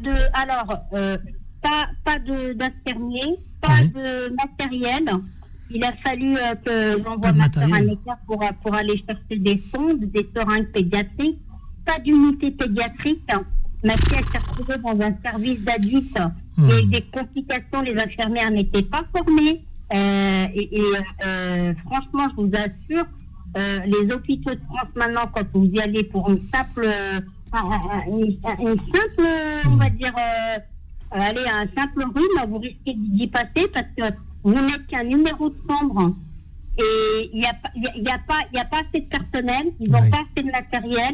d'infirmier, pas de matériel. Il a fallu que j'envoie ma soeur à l'écart pour aller chercher des sondes, des seringues pédiatriques, pas d'unité pédiatrique. Ma fille s'est retrouvée dans un service d'adultes et des complications, les infirmières n'étaient pas formées. Franchement, je vous assure, les hôpitaux de France maintenant, quand vous y allez pour une simple, on va dire, allez, un simple rhume, vous risquez d'y passer parce que vous n'êtes qu'un numéro de chambre et il y a pas assez de personnel, ils n'ont pas assez de matériel.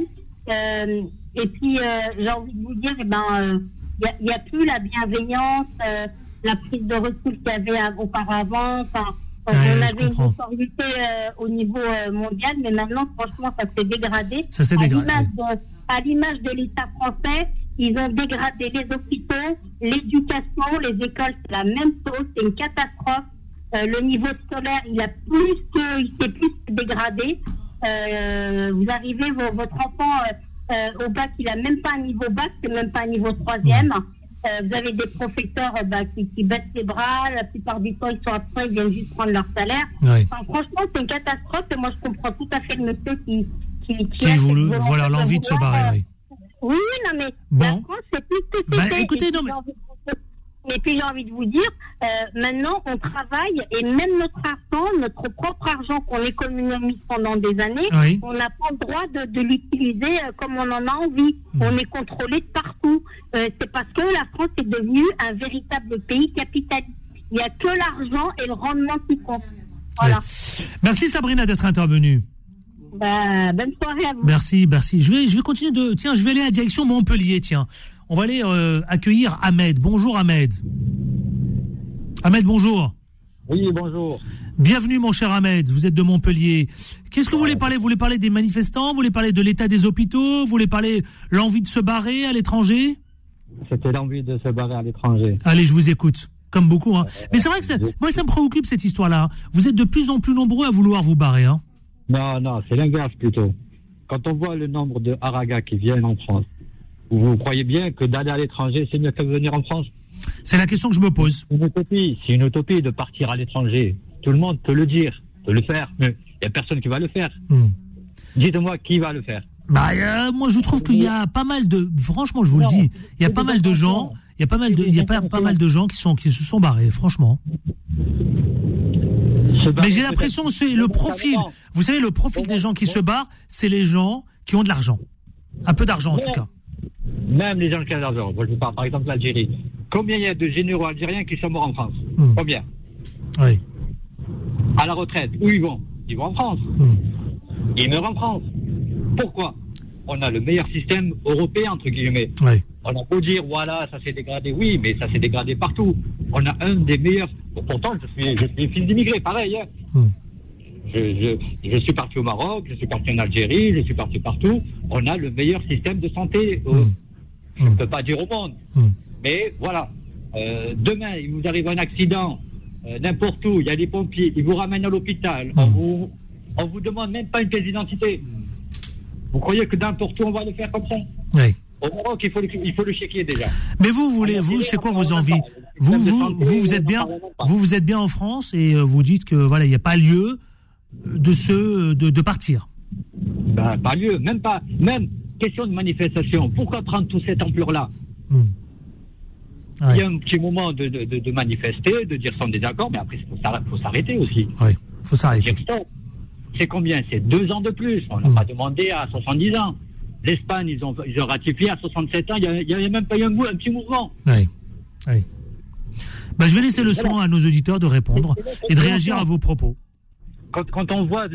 Et puis, j'ai envie de vous dire, il n'y a plus la bienveillance, la prise de recul qu'il y avait auparavant. Enfin, on avait une autorité au niveau mondial, mais maintenant, franchement, ça s'est dégradé. Ça s'est dégradé. À l'image de l'État français, ils ont dégradé les hôpitaux, l'éducation, les écoles, c'est la même chose, c'est une catastrophe. Le niveau scolaire, il s'est plus dégradé. Vous arrivez, votre enfant au bac, il a même pas un niveau bac, c'est même pas un niveau 3e. Vous avez des professeurs qui baissent les bras, la plupart du temps ils sont absents, ils viennent juste prendre leur salaire. Oui. Enfin, franchement, c'est une catastrophe et moi je comprends tout à fait le monsieur qui a l'envie de se barrer. Oui, non mais la France c'est plus que c'était. Écoutez, Et puis j'ai envie de vous dire, maintenant on travaille et même notre argent, notre propre argent qu'on économise pendant des années, on n'a pas le droit de l'utiliser comme on en a envie. On est contrôlé de partout. C'est parce que la France est devenue un véritable pays capitaliste. Il n'y a que l'argent et le rendement qui comptent. Voilà. Merci Sabrina d'être intervenue. Bonne soirée à vous. Merci. Je vais continuer je vais aller à la direction Montpellier, On va aller accueillir Ahmed. Bonjour Ahmed. Ahmed, bonjour. Oui, bonjour. Bienvenue mon cher Ahmed, vous êtes de Montpellier. Qu'est-ce que vous voulez parler ? Vous voulez parler des manifestants ? Vous voulez parler de l'état des hôpitaux ? Vous voulez parler l'envie de se barrer à l'étranger ? C'était l'envie de se barrer à l'étranger. Allez, je vous écoute. Comme beaucoup. Mais c'est vrai que moi ça me préoccupe cette histoire-là. Vous êtes de plus en plus nombreux à vouloir vous barrer. Non, c'est l'inverse plutôt. Quand on voit le nombre de haragas qui viennent en France, vous croyez bien que d'aller à l'étranger, c'est mieux que de venir en France ? C'est la question que je me pose. C'est une utopie de partir à l'étranger. Tout le monde peut le dire, peut le faire, mais il n'y a personne qui va le faire. Dites-moi qui va le faire. Moi je trouve qu'il y a pas mal de... Franchement, je vous le dis, il y a pas mal de gens... Il y a pas mal de gens qui se sont barrés, franchement. Mais j'ai l'impression que c'est le profil. Vous savez, le profil des gens qui se barrent, c'est les gens qui ont de l'argent. Un peu d'argent, en tout cas. Même les gens qui ont de l'argent. Moi, je parle par exemple de l'Algérie. Combien il y a de généraux algériens qui sont morts en France ? Combien ? Oui. À la retraite, où ils vont ? Ils vont en France. Ils meurent en France. Pourquoi ? On a le meilleur système européen, entre guillemets. Oui. On a beau dire, voilà, ça s'est dégradé. Oui, mais ça s'est dégradé partout. On a un des meilleurs... Pourtant, je suis fils d'immigrés, pareil. Je suis parti au Maroc, je suis parti en Algérie, je suis parti partout. On a le meilleur système de santé. Je ne peux pas dire au monde. Mais voilà. Demain, il vous arrive un accident, n'importe où, il y a des pompiers, ils vous ramènent à l'hôpital. On vous demande même pas une pièce d'identité. Vous croyez que n'importe où on va le faire comme ça ? Oui. Au Maroc, il faut le chéquier déjà. Mais vous, c'est quoi vos envies ? Vous êtes bien en France et vous dites que voilà, il n'y a pas lieu de partir. Pas lieu, même pas. Même question de manifestation. Pourquoi prendre toute cette ampleur-là ? Il y a un petit moment de manifester, de dire son désaccord, mais après, il faut s'arrêter aussi. Oui, il faut s'arrêter. C'est combien ? C'est 2 ans de plus. On n'a pas demandé à 70 ans. L'Espagne, ils ont ratifié à 67 ans. Il n'y a même pas eu un petit mouvement. Oui. Je vais laisser le soin à nos auditeurs de répondre et de réagir à vos propos. Quand on voit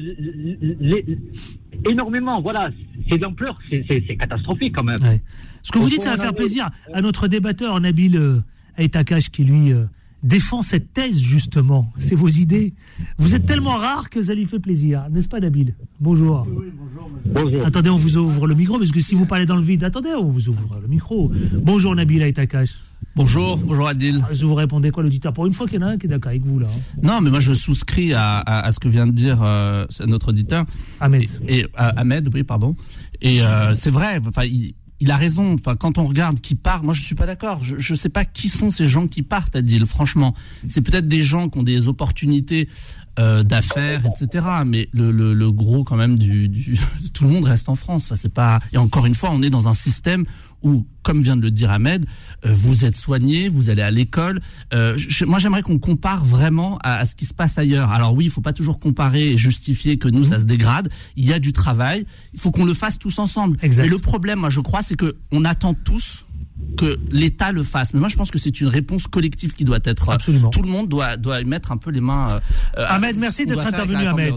énormément, voilà, c'est d'ampleur, c'est catastrophique quand même. Ouais. Ce que vous dites, ça va faire plaisir à notre débatteur Nabil Aitakash qui lui défend cette thèse justement. C'est vos idées. Vous êtes tellement rare que ça lui fait plaisir, n'est-ce pas Nabil ? Bonjour. Oui, bonjour. Attendez, on vous ouvre le micro parce que si vous parlez dans le vide, attendez, on vous ouvre le micro. Bonjour Nabil Aitakash. Bonjour Adil. Vous répondez quoi l'auditeur ? Pour une fois qu'il y en a un qui est d'accord avec vous là. Non, mais moi je souscris à ce que vient de dire notre auditeur. Ahmed. Ahmed, oui, pardon. Et c'est vrai, enfin, il a raison. Enfin, quand on regarde qui part, moi je suis pas d'accord. Je sais pas qui sont ces gens qui partent, Adil. Franchement, c'est peut-être des gens qui ont des opportunités d'affaires, etc. Mais le gros quand même tout le monde reste en France. Enfin, c'est pas. Et encore une fois, on est dans un système où, comme vient de le dire Ahmed, vous êtes soigné, vous allez à l'école. Moi, j'aimerais qu'on compare vraiment à ce qui se passe ailleurs. Alors oui, il faut pas toujours comparer et justifier que nous, ça se dégrade. Il y a du travail. Il faut qu'on le fasse tous ensemble. Exact. Et le problème, moi, je crois, c'est que on attend tous que l'État le fasse. Mais moi, je pense que c'est une réponse collective qui doit être. Absolument. Tout le monde doit y mettre un peu les mains. Ahmed, merci d'être intervenu, Ahmed.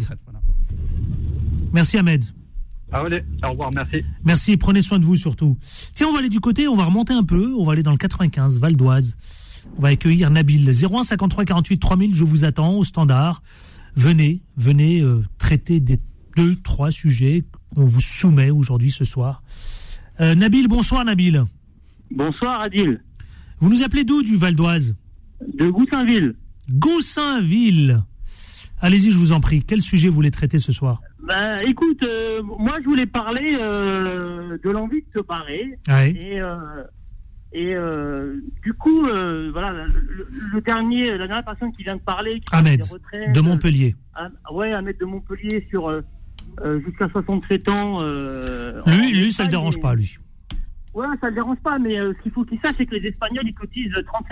Merci, Ahmed. Allez, au revoir, merci. Merci, prenez soin de vous surtout. Tiens, on va aller du côté, on va remonter un peu, on va aller dans le 95, Val d'Oise. On va accueillir Nabil. 01 53 48 3000, je vous attends au standard. Venez traiter des 2-3 sujets qu'on vous soumet aujourd'hui, ce soir. Nabil, bonsoir Nabil. Bonsoir Adil. Vous nous appelez d'où, du Val d'Oise? De Goussainville. Goussainville. Allez-y, je vous en prie. Quel sujet vous voulez traiter ce soir? Écoute, moi je voulais parler de l'envie de se barrer. Ouais. Et du coup, voilà, la dernière personne qui vient de parler, qui Ahmed, des retraites, de Montpellier. Ahmed de Montpellier sur jusqu'à 67 ans. Lui, ça le dérange pas, lui. Ouais, ça le dérange pas, mais ce qu'il faut qu'il sache, c'est que les Espagnols, ils cotisent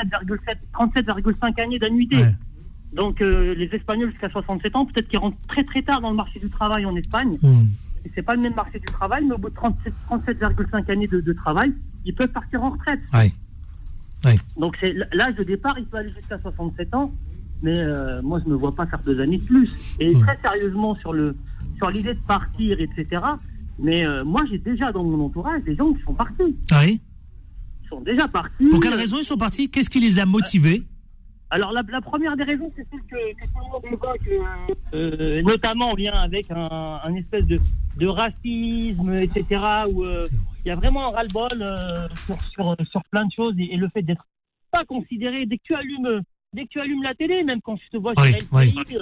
37,5 années d'annuité. Ouais. Donc, les Espagnols jusqu'à 67 ans, peut-être qu'ils rentrent très très tard dans le marché du travail en Espagne. Et c'est pas le même marché du travail, mais au bout de 37,5 années de travail, ils peuvent partir en retraite. Ouais. Donc, c'est l'âge de départ, il peut aller jusqu'à 67 ans, mais moi, je ne me vois pas faire 2 années de plus. Et très sérieusement, sur l'idée de partir, etc., mais moi, j'ai déjà dans mon entourage des gens qui sont partis. Oui. Ils sont déjà partis. Pour quelle raison ils sont partis? Qu'est-ce qui les a motivés? Alors, la première des raisons, c'est celle que tout le monde évoque, notamment en lien avec un espèce de racisme, etc., où il y a vraiment un ras-le-bol sur plein de choses, et le fait d'être pas considéré, dès que tu allumes la télé, même quand je te vois sur le pays,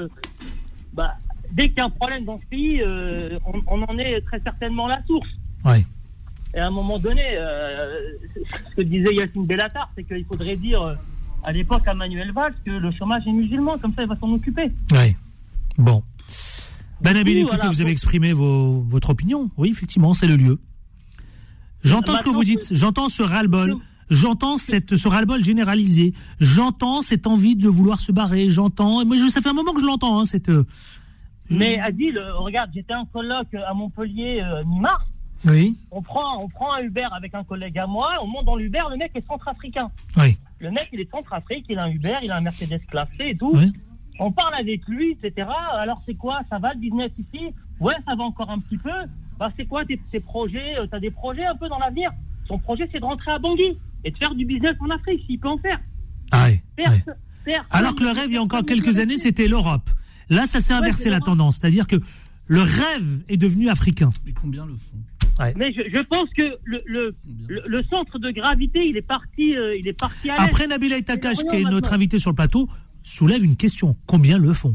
dès qu'il y a un problème dans ce pays, on en est très certainement la source. Ouais. Et à un moment donné, ce que disait Yacine Bellatar, c'est qu'il faudrait dire à l'époque à Manuel Valls que le chômage est musulman, comme ça il va s'en occuper. Oui. Bon. Nabil, écoutez, voilà, vous avez exprimé votre opinion. Oui, effectivement, c'est le lieu. J'entends ce que vous dites, j'entends ce ras-le-bol, j'entends ce ras-le-bol généralisé, j'entends cette envie de vouloir se barrer, j'entends, moi ça fait un moment que je l'entends, Mais Adil, regarde, j'étais en colloque à Montpellier mi-mars. Oui. On prend un Uber avec un collègue à moi, on monte dans l'Uber, le mec est centrafricain. Oui. Le mec, il est centrafrique, il a un Uber, il a un Mercedes classé et tout. Oui. On parle avec lui, etc. Alors c'est quoi? Ça va le business ici? Ouais, ça va encore un petit peu. C'est quoi tes projets? T'as des projets un peu dans l'avenir? Son projet, c'est de rentrer à Bangui et de faire du business en Afrique, s'il peut en faire. Ah oui. Alors que le rêve, il y a encore quelques années, c'était l'Europe. Là, ça s'est inversé la tendance. C'est-à-dire que le rêve est devenu africain. Mais combien le font? Ouais. Mais je pense que le centre de gravité, il est parti à l'est. Après, Nabil Aïtakash, qui est notre invité sur le plateau, soulève une question. Combien le font?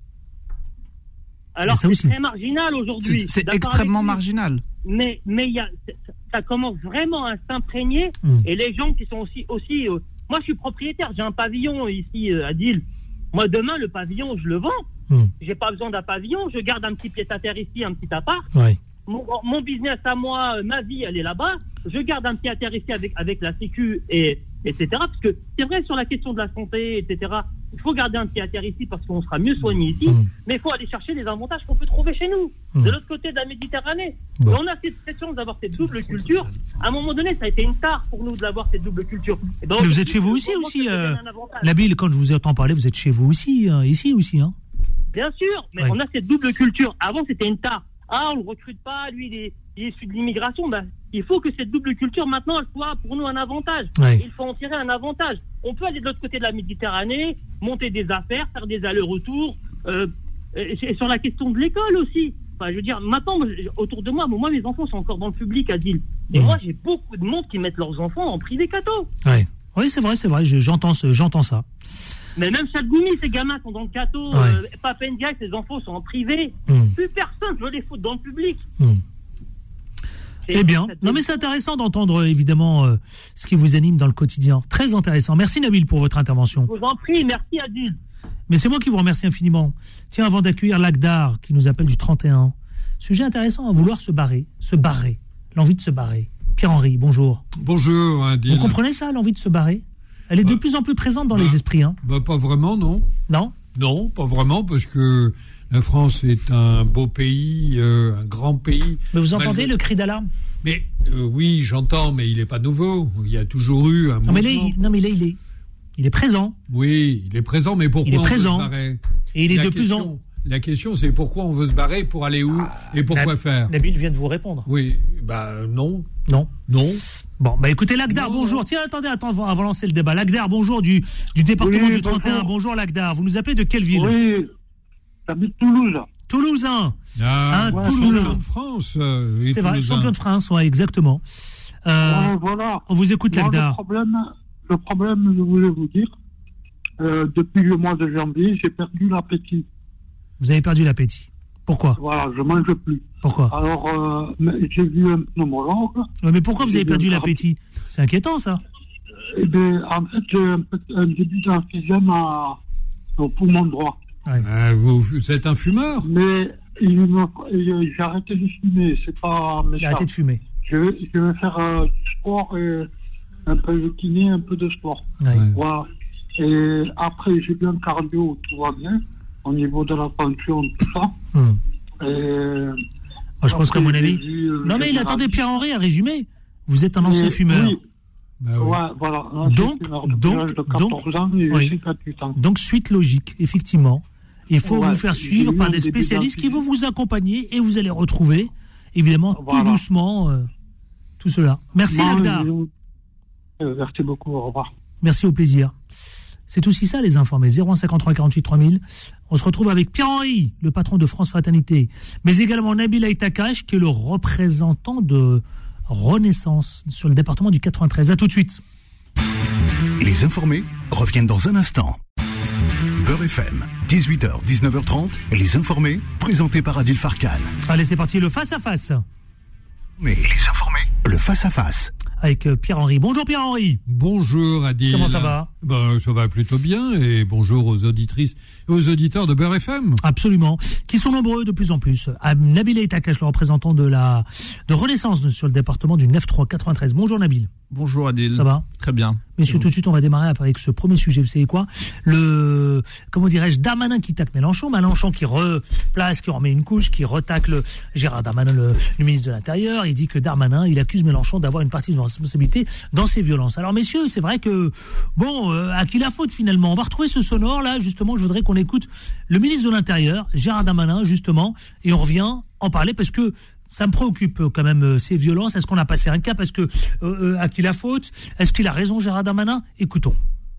Alors, c'est très marginal aujourd'hui. C'est extrêmement marginal. Mais ça commence vraiment à s'imprégner. Et les gens qui sont aussi moi, je suis propriétaire. J'ai un pavillon ici à Dille. Moi, demain, le pavillon, je le vends. J'ai pas besoin d'un pavillon. Je garde un petit pied-à-terre ici, un petit appart. Ouais. Mon business à moi, ma vie, elle est là-bas. Je garde un pied-à-terre ici avec la Sécu, etc. Parce que c'est vrai, sur la question de la santé, etc., il faut garder un pied-à-terre ici parce qu'on sera mieux soigné ici. Mais il faut aller chercher les avantages qu'on peut trouver chez nous, de l'autre côté de la Méditerranée. Et on a cette chance d'avoir cette double culture. À un moment donné, ça a été une tare pour nous d'avoir cette double culture. Mais vous êtes chez vous aussi, Nabil, quand je vous entends parler, vous êtes chez vous aussi, ici aussi, hein? Bien sûr, mais on a cette double culture. Avant, c'était une tare. On ne le recrute pas, lui, il est issu de l'immigration. Il faut que cette double culture, maintenant, elle soit pour nous un avantage. Ouais. Il faut en tirer un avantage. On peut aller de l'autre côté de la Méditerranée, monter des affaires, faire des allers-retours. Et sur la question de l'école aussi. Enfin, je veux dire, maintenant, autour de moi, mes enfants sont encore dans le public à Dille. Et moi, j'ai beaucoup de monde qui mettent leurs enfants en privé catho. Ouais. Oui, c'est vrai, j'entends ça. Mais même Chalgoumi, ces gamins sont dans le catho. Pape Ndiaye, ses enfants sont en privé. Plus personne veut les foutre dans le public. Eh bien, non mais c'est intéressant d'entendre évidemment ce qui vous anime dans le quotidien. Très intéressant. Merci Nabil pour votre intervention. Je vous en prie, merci Adil. Mais c'est moi qui vous remercie infiniment. Tiens, avant d'accueillir Lagdar qui nous appelle du 31, sujet intéressant, à vouloir se barrer, l'envie de se barrer. Pierre-Henri, bonjour. Bonjour Adil. Vous comprenez ça, l'envie de se barrer? Elle est de plus en plus présente dans les esprits. Hein. Pas vraiment, non. Non? Non, pas vraiment, parce que La France est un beau pays, un grand pays. Mais vous entendez le cri d'alarme ? Mais oui, j'entends, mais il n'est pas nouveau. Il y a toujours eu un mouvement. Mais là, il est présent. Oui, il est présent, mais pourquoi on veut se barrer ? Et il est de plus en... La question, c'est pourquoi on veut se barrer, pour aller où et pourquoi faire ? Nabil vient de vous répondre. Oui, non. Non. Bon, écoutez, Lagdar, bonjour. Tiens, attendez, avant de lancer le débat. Lagdar, bonjour, du département du 31. Bonjour, Lagdar. Vous nous appelez de quelle ville ? Oui, j'habite Toulouse. Toulousain. Toulouse. Champion de France. C'est vrai, champion de France, ouais, exactement. Voilà. On vous écoute, Lagdar. Le problème, je voulais vous dire, depuis le mois de janvier, j'ai perdu l'appétit. Vous avez perdu l'appétit. Pourquoi ? Voilà, je ne mange plus. Pourquoi ? Alors, j'ai vu un pneumologue. Mais pourquoi vous avez perdu l'appétit ? C'est inquiétant, ça. Eh bien, en fait, j'ai un début d'emphysème au poumon droit. Ouais. Vous êtes un fumeur ? Mais j'ai arrêté de fumer, c'est pas méchant. J'ai arrêté de fumer. Je vais faire du sport et un peu de kiné, un peu de sport. Ouais. Voilà. Et après, j'ai bien cardio, tout va bien. Au niveau de la tension, tout ça. Moi, je pense qu'à mon avis... Non, mais attendez, Pierre-Henri a résumé. Vous êtes un ancien fumeur. Oui. Ouais, voilà. Donc, suite logique, effectivement. Il faut vous faire suivre par des spécialistes qui vont vous accompagner et vous allez retrouver, évidemment, tout doucement, tout cela. Merci, Lagdar. Merci beaucoup, au revoir. Merci, au plaisir. C'est aussi ça, les informés. 0153 48 3000. On se retrouve avec Pierre-Henri, le patron de France Fraternité, mais également Nabil Aïtakash, qui est le représentant de Renaissance sur le département du 93. À tout de suite. Les informés reviennent dans un instant. Beurre FM, 18h, 19h30, les informés, présentés par Adil Farkan. Allez, c'est parti, le face-à-face. Mais les informés, le face-à-face. Avec Pierre-Henri. Bonjour Pierre-Henri. Bonjour Adil. Comment ça va ? Ça va plutôt bien, et bonjour aux auditrices et aux auditeurs de Beurre FM. Absolument, qui sont nombreux de plus en plus. Nabil Aïtakash, le représentant de Renaissance sur le département du 9-3-93. Bonjour Nabil. Bonjour Adil. Ça va ? Très bien. Messieurs, tout de suite, on va démarrer avec ce premier sujet. Vous savez quoi ? Darmanin qui tacle Mélenchon qui replace, qui remet une couche, qui retacle Gérard Darmanin, le ministre de l'Intérieur. Il dit que Darmanin, il accuse Mélenchon d'avoir une partie de responsabilité dans ces violences. Alors messieurs, c'est vrai que, à qui la faute finalement ? On va retrouver ce sonore là, justement, je voudrais qu'on écoute le ministre de l'Intérieur, Gérard Darmanin, justement, et on revient en parler parce que ça me préoccupe quand même, ces violences. Est-ce qu'on a passé un cap ? Est-ce que à qui la faute ? Est-ce qu'il a raison, Gérard Darmanin ? Écoutons.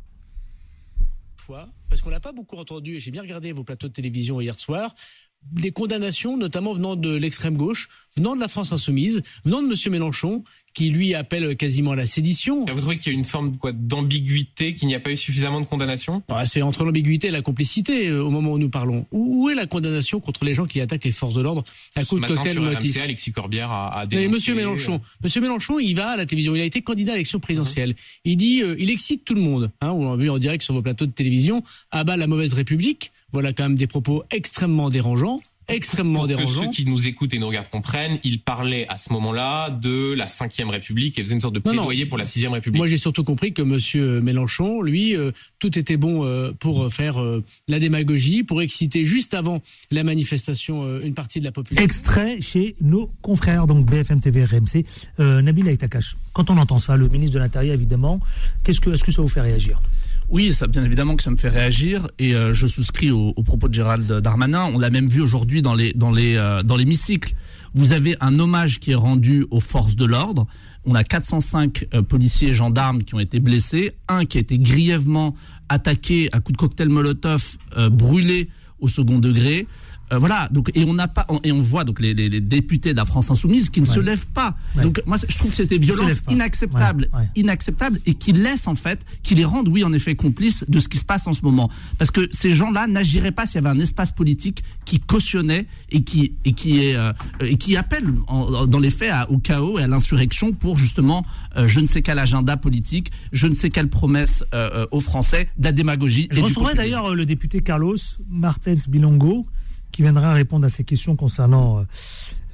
Parce qu'on l'a pas beaucoup entendu, et j'ai bien regardé vos plateaux de télévision hier soir, des condamnations, notamment venant de l'extrême gauche, venant de la France insoumise, venant de M. Mélenchon, qui lui appelle quasiment à la sédition. Vous trouvez qu'il y a une forme d'ambiguïté, qu'il n'y a pas eu suffisamment de condamnations ? C'est entre l'ambiguïté et la complicité au moment où nous parlons. Où est la condamnation contre les gens qui attaquent les forces de l'ordre à coups de cocktail motif ? Alexis Corbière a dénoncé... Monsieur Mélenchon, il va à la télévision. Il a été candidat à l'élection présidentielle. Il dit, il excite tout le monde. On l'a vu en direct sur vos plateaux de télévision. Abat la mauvaise République. Voilà quand même des propos extrêmement dérangeants. Pour que ceux qui nous écoutent et nous regardent comprennent, il parlait à ce moment-là de la 5e République et faisait une sorte de plaidoyer pour la 6e République. Moi, j'ai surtout compris que monsieur Mélenchon, lui, tout était bon pour faire la démagogie, pour exciter juste avant la manifestation une partie de la population. Extrait chez nos confrères, donc BFM TV, RMC, Nabil Aïtakash. Quand on entend ça, le ministre de l'Intérieur, évidemment, est-ce que ça vous fait réagir ? Oui, ça, bien évidemment que ça me fait réagir, et je souscris aux propos de Gérald Darmanin. On l'a même vu aujourd'hui dans l'hémicycle. Vous avez un hommage qui est rendu aux forces de l'ordre. On a 405 policiers et gendarmes qui ont été blessés, un qui a été grièvement attaqué à coups de cocktail Molotov, brûlé au second degré. Voilà, donc on voit donc les députés de la France insoumise qui ne se lèvent pas. Donc moi je trouve que c'était violence inacceptable, inacceptable, et qui les rendent oui en effet complices de ce qui se passe en ce moment, parce que ces gens-là n'agiraient pas s'il y avait un espace politique qui cautionnait et qui appelle dans les faits au chaos et à l'insurrection pour justement je ne sais quel agenda politique, je ne sais quelle promesse aux Français, de la démagogie. Je recevrai d'ailleurs le député Carlos Martens Bilongo, qui viendra répondre à ces questions concernant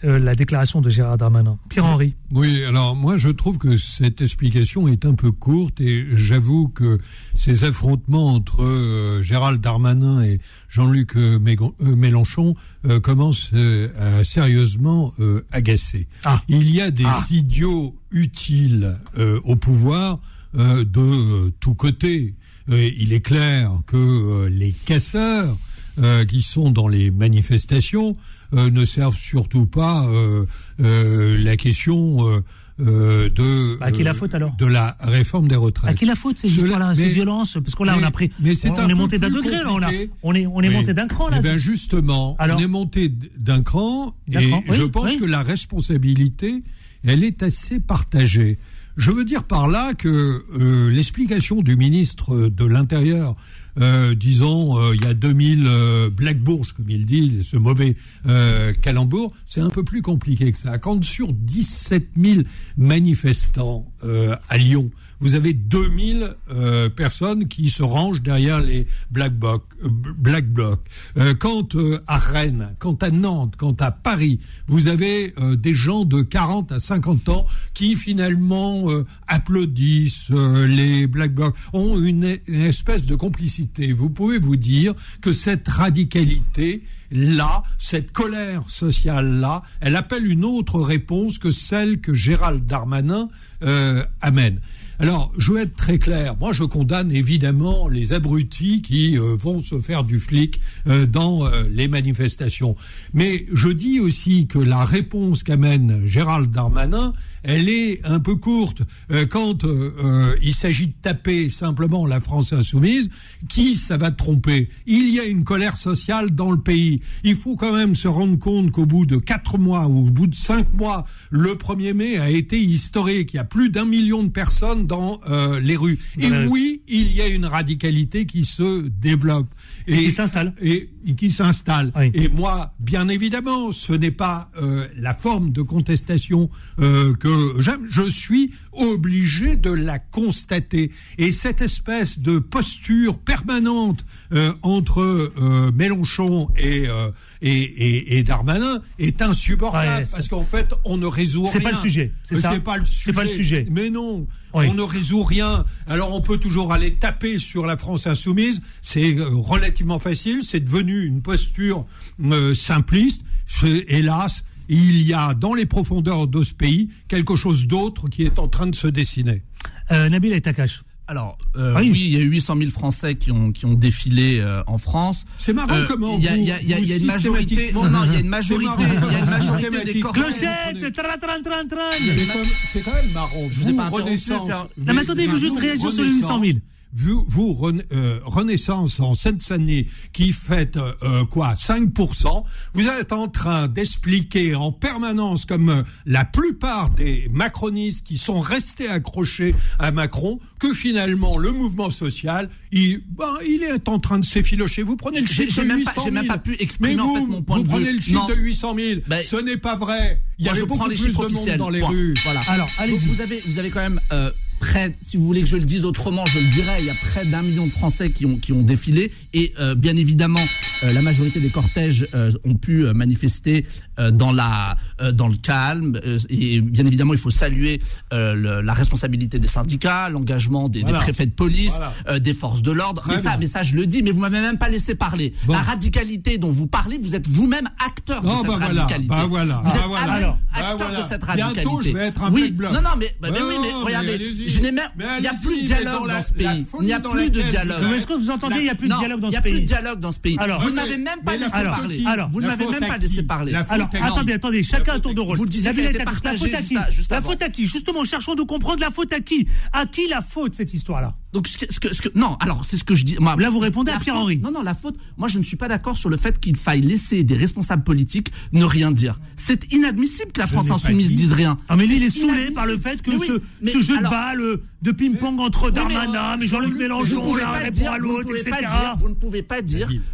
la déclaration de Gérald Darmanin. Pierre-Henri. Oui, alors moi je trouve que cette explication est un peu courte et j'avoue que ces affrontements entre Gérald Darmanin et Jean-Luc Mélenchon commencent à sérieusement agacer. Il y a des idiots utiles au pouvoir de tous côtés. Il est clair que les casseurs qui sont dans les manifestations ne servent surtout pas la question à qui la faute alors de la réforme des retraites. À qui la faute ces histoires-là, ces violences? Parce que là, on a pris, on est monté d'un degré, là, on est monté d'un cran là. Eh bien justement, on est monté d'un cran et je pense que la responsabilité, elle est assez partagée. Je veux dire par là que l'explication du ministre de l'Intérieur, disons, il y a 2000 Black Bourges, comme il dit, ce mauvais calembour, c'est un peu plus compliqué que ça. Quand sur 17 000 manifestants à Lyon, vous avez 2000 personnes qui se rangent derrière les Black Blocs. Quand à Rennes, quand à Nantes, quand à Paris, vous avez des gens de 40 à 50 ans qui finalement applaudissent les Black Blocs, ont une espèce de complicité. Vous pouvez vous dire que cette radicalité-là, cette colère sociale-là, elle appelle une autre réponse que celle que Gérald Darmanin amène. Alors, je veux être très clair. Moi, je condamne évidemment les abrutis qui vont se faire du flic dans les manifestations. Mais je dis aussi que la réponse qu'amène Gérald Darmanin, elle est un peu courte. Quand il s'agit de taper simplement la France insoumise, qui ça va tromper? Il y a une colère sociale dans le pays. Il faut quand même se rendre compte qu'au bout de 4 mois ou au bout de 5 mois, le 1er mai a été historique. Il y a plus d'1 million de personnes dans les rues. Et oui, il y a une radicalité qui se développe. Et qui s'installe. Et qui s'installe. Oui. Et moi, bien évidemment, ce n'est pas la forme de contestation que j'aime. Je suis obligé de la constater. Et cette espèce de posture permanente entre Mélenchon et Darmanin est insupportable, parce qu'en fait, on ne résout rien. C'est pas le sujet. C'est pas le sujet. Mais non. Oui. On ne résout rien. Alors on peut toujours aller taper sur la France insoumise. C'est relativement facile. C'est devenu une posture simpliste. Hélas, il y a dans les profondeurs de ce pays quelque chose d'autre qui est en train de se dessiner. Nabil Etakash. Alors, oui, il y a eu 800 000 Français qui ont défilé en France. C'est marrant comment il y a une majorité. Non, il y a une majorité. Il y a une majorité des cortèges. Clochette, tran. C'est quand même marrant. Je vous ai pas interrompu. Mais attendez, il veut juste réagir sur les 800 000. Vous, Renaissance en Seine-Saint-Denis, qui faites 5%, vous êtes en train d'expliquer en permanence, comme la plupart des macronistes qui sont restés accrochés à Macron, que finalement le mouvement social, il est en train de s'effilocher. Vous prenez le chiffre de 800 000. J'ai même pas pu exprimer en fait mon point de vue. Vous prenez le chiffre de 800 000. Ce n'est pas vrai. Il y avait beaucoup plus de monde dans les rues. Voilà. Alors, allez-y. Vous avez quand même près, si vous voulez que je le dise autrement, je le dirais, il y a près d'1 million de Français qui ont défilé et bien évidemment la majorité des cortèges ont pu manifester dans le calme et bien évidemment il faut saluer la responsabilité des syndicats, l'engagement des préfets de police, des forces de l'ordre. Mais ça je le dis, mais vous m'avez même pas laissé parler. Bon. La radicalité dont vous parlez, vous êtes vous-même acteur de cette radicalité. Vous êtes acteur de cette radicalité. Bientôt je vais être un Black Bloc. Non, mais regardez. Il n'y a plus de dialogue dans ce pays. Il n'y a plus de dialogue. Est-ce que vous entendez, il n'y a plus de dialogue dans ce pays? Il n'y a plus de dialogue dans ce pays. Vous ne m'avez même pas laissé parler. Vous ne m'avez même pas laissé parler. Alors, attendez, chacun un tour de rôle. Vous disiez qu'elle était partagée juste avant. La faute à qui? Justement, cherchons de comprendre la faute à qui? À qui la faute, cette histoire-là? Donc, non, alors, c'est ce que je dis. Là, vous répondez à Pierre-Henri. Non, la faute, moi, je ne suis pas d'accord sur le fait qu'il faille laisser des responsables politiques ne rien dire. C'est inadmissible que la France insoumise dise rien. Ah, mais il est saoulé par le fait que ce jeu de balle, de ping-pong entre Darmanin, mais Jean-Luc Mélenchon, l'un répond à l'autre, etc. Vous ne pouvez pas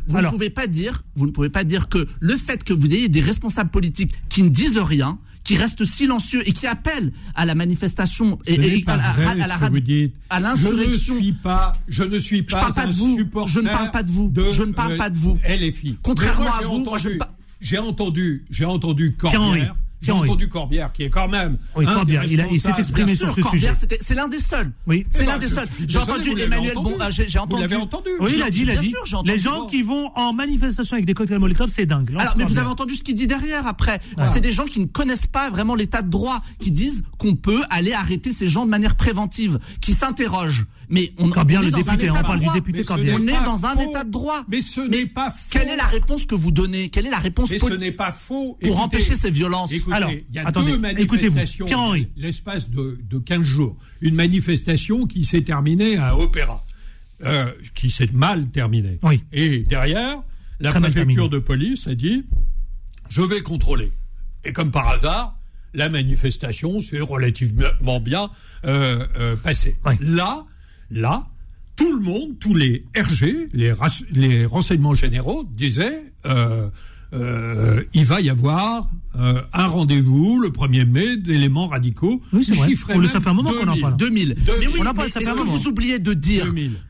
dire que le fait que vous ayez des responsables politiques qui ne disent rien, qui restent silencieux et qui appellent à la manifestation et à l'insurrection. Je ne suis pas un supporter. Je ne parle pas de vous. LFI. Contrairement à vous, j'ai entendu Corbière. J'ai entendu Corbière, qui est quand même. Oui, Corbière, il s'est exprimé sur ce Corbière, sujet. C'est l'un des seuls. Oui. C'est l'un des seuls. J'ai entendu Emmanuel j'ai entendu. Vous l'avez entendu. Oui, il a dit. Les gens qui vont en manifestation avec des cocktails Molotov, c'est dingue. Alors, mais vous avez entendu ce qu'il dit derrière après. C'est des gens qui ne connaissent pas vraiment l'état de droit, qui disent qu'on peut aller arrêter ces gens de manière préventive, qui s'interrogent. Mais on Corbière, est le député, on parle du député Corbière. On est dans un état de droit. Mais ce n'est pas faux. Quelle est la réponse que vous donnez? Quelle est la réponse ce n'est pas faux. Pour empêcher ces violences? Alors, il y a deux manifestations l'espace de 15 jours. Une manifestation qui s'est terminée à Opéra, qui s'est mal terminée. Oui. Et derrière, la préfecture de police a dit « Je vais contrôler ». Et comme par hasard, la manifestation s'est relativement bien passée. Oui. Là, tout le monde, tous les RG, les renseignements généraux disaient il va y avoir un rendez-vous le 1er mai d'éléments radicaux. Oui, c'est vrai. Ça fait un moment qu'on en parle. 2000. Mais oui, ce que vous oubliez de dire,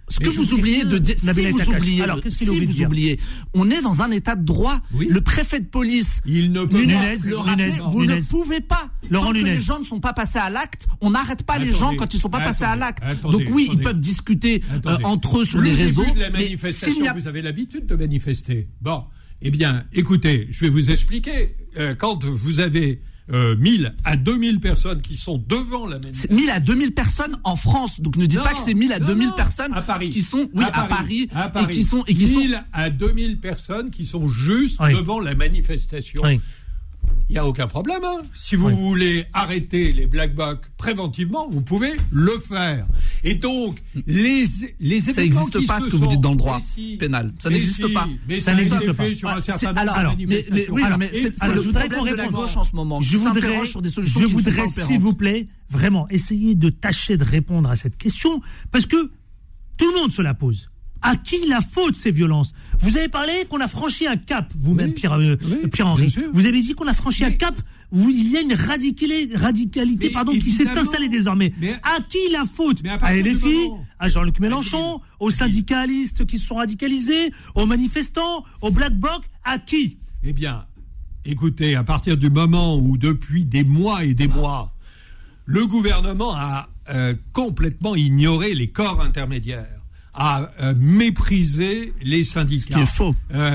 vous oubliez, on est dans un état de droit. Oui. Le préfet de police, il ne peut vous ne pouvez pas. Tant que les gens ne sont pas passés à l'acte, on n'arrête pas les gens quand ils ne sont pas passés à l'acte. Donc oui, ils peuvent discuter entre eux sur les réseaux. Le début de la manifestation, vous avez l'habitude de manifester. Bon. Eh bien, écoutez, je vais vous expliquer. Quand vous avez 1000 à 2000 personnes qui sont devant la manifestation... 1000 à 2000 personnes en France. Donc ne dites pas que c'est 1000 à 2000 personnes à Paris. Qui sont... Oui, à Paris. Et qui sont 1000 à 2000 personnes qui sont juste devant la manifestation. Oui. Il n'y a aucun problème. Hein. Si vous voulez arrêter les Black Blocs préventivement, vous pouvez le faire. Et donc, les événements ça n'existe pas, ce que vous dites dans le droit pénal. Ça n'existe pas. Mais ça n'existe pas. Sur un certain nombre de manifestations. Je voudrais qu'on réponde en ce moment. Je voudrais, s'il vous plaît, vraiment essayer de tâcher de répondre à cette question, parce que tout le monde se la pose. À qui la faute ces violences? Vous avez parlé qu'on a franchi un cap, vous-même, Pierre-Henri. Vous avez dit qu'on a franchi un cap où il y a une radicalité qui s'est installée désormais. À qui la faute? À LFI, à Jean-Luc Mélenchon, aux syndicalistes qui se sont radicalisés, aux manifestants, aux Black Blocs, à qui? Eh bien, écoutez, à partir du moment où depuis des mois et des mois, le gouvernement a complètement ignoré les corps intermédiaires, à mépriser les syndicats. Ce qui est faux.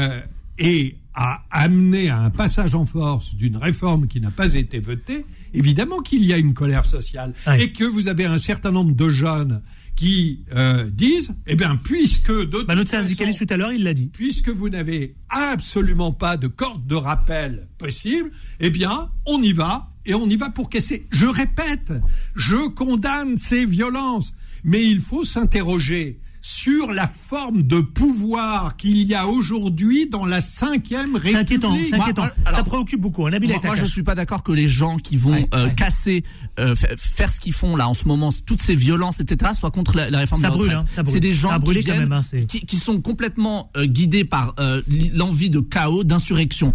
Et à amener à un passage en force d'une réforme qui n'a pas été votée, évidemment qu'il y a une colère sociale. Oui. Et que vous avez un certain nombre de jeunes qui disent, eh bien, puisque... notre syndicaliste tout à l'heure, il l'a dit. Puisque vous n'avez absolument pas de corde de rappel possible, eh bien, on y va, et on y va pour casser. Je répète, je condamne ces violences, mais il faut s'interroger sur la forme de pouvoir qu'il y a aujourd'hui dans la 5e République. C'est inquiétant. Ça préoccupe beaucoup. Moi, je suis pas d'accord que les gens qui vont casser, faire ce qu'ils font là en ce moment, toutes ces violences, etc., soient contre la réforme de la retraite. C'est des gens qui sont complètement guidés par l'envie de chaos, d'insurrection.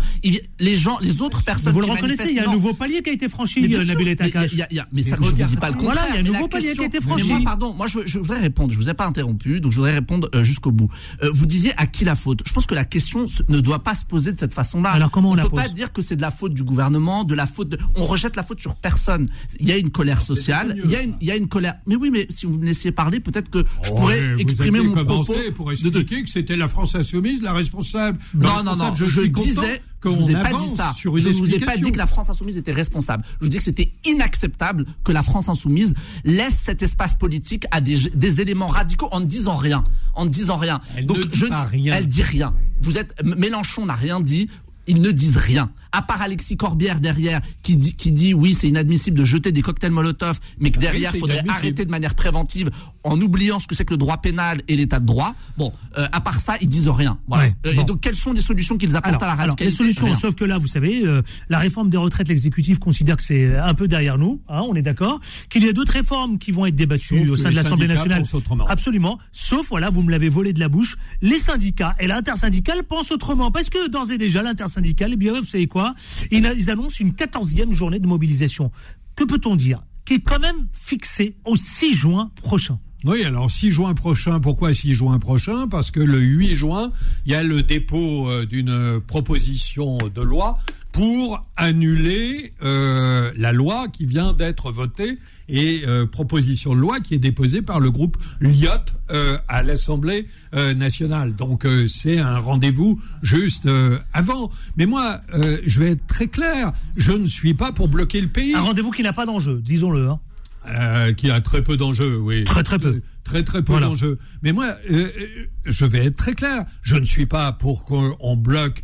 Les autres personnes. Vous le reconnaissez, il y a un nouveau palier qui a été franchi, Nabil Etakash. Mais ça, je ne dis pas le contraire. Voilà, il y a un nouveau palier qui a été franchi. Moi, je voudrais répondre. Je vous ai pas interrompu. Donc je voudrais répondre jusqu'au bout. Vous disiez à qui la faute? Je pense que la question ne doit pas se poser de cette façon-là. Alors comment on la pose? On ne peut pas dire que c'est de la faute du gouvernement, on rejette la faute sur personne. Il y a une colère sociale, il y a une colère. Mais oui, mais si vous me laissiez parler, peut-être que je pourrais exprimer mon propos. Pour expliquer que c'était la France insoumise la responsable. Non. Je disais. Je vous ai pas dit ça. Je ne vous ai pas dit que la France insoumise était responsable. Je vous dis que c'était inacceptable que la France insoumise laisse cet espace politique à des éléments radicaux en ne disant rien. Elle ne dit pas rien. Elle dit rien. Mélenchon n'a rien dit. Ils ne disent rien. À part Alexis Corbière derrière, qui dit oui, c'est inadmissible de jeter des cocktails Molotov, mais que derrière, il faudrait arrêter de manière préventive en oubliant ce que c'est que le droit pénal et l'état de droit. Bon, à part ça, ils disent rien. Voilà. Et donc, quelles sont les solutions qu'ils apportent à la radicalité? Les solutions, sauf que là, vous savez, la réforme des retraites, l'exécutif considère que c'est un peu derrière nous, on est d'accord, qu'il y a d'autres réformes qui vont être débattues au sein de l'Assemblée nationale. Absolument. Sauf, voilà, vous me l'avez volé de la bouche, les syndicats et l'intersyndicale pensent autrement. Parce que, d'ores et déjà, l'intersyndicale, eh bien, vous savez quoi? Ils annoncent une 14e journée de mobilisation. Que peut-on dire? Qui est quand même fixée au 6 juin prochain. Oui, alors 6 juin prochain, pourquoi 6 juin prochain ? Parce que le 8 juin, il y a le dépôt d'une proposition de loi pour annuler la loi qui vient d'être votée et proposition de loi qui est déposée par le groupe Lyotte à l'Assemblée nationale. Donc c'est un rendez-vous juste avant. Mais moi, je vais être très clair, je ne suis pas pour bloquer le pays. Un rendez-vous qui n'a pas d'enjeu, disons-le. Qui a très peu d'enjeux, oui. Très peu. Très peu d'enjeux. Mais moi, je vais être très clair, je ne suis pas pour qu'on bloque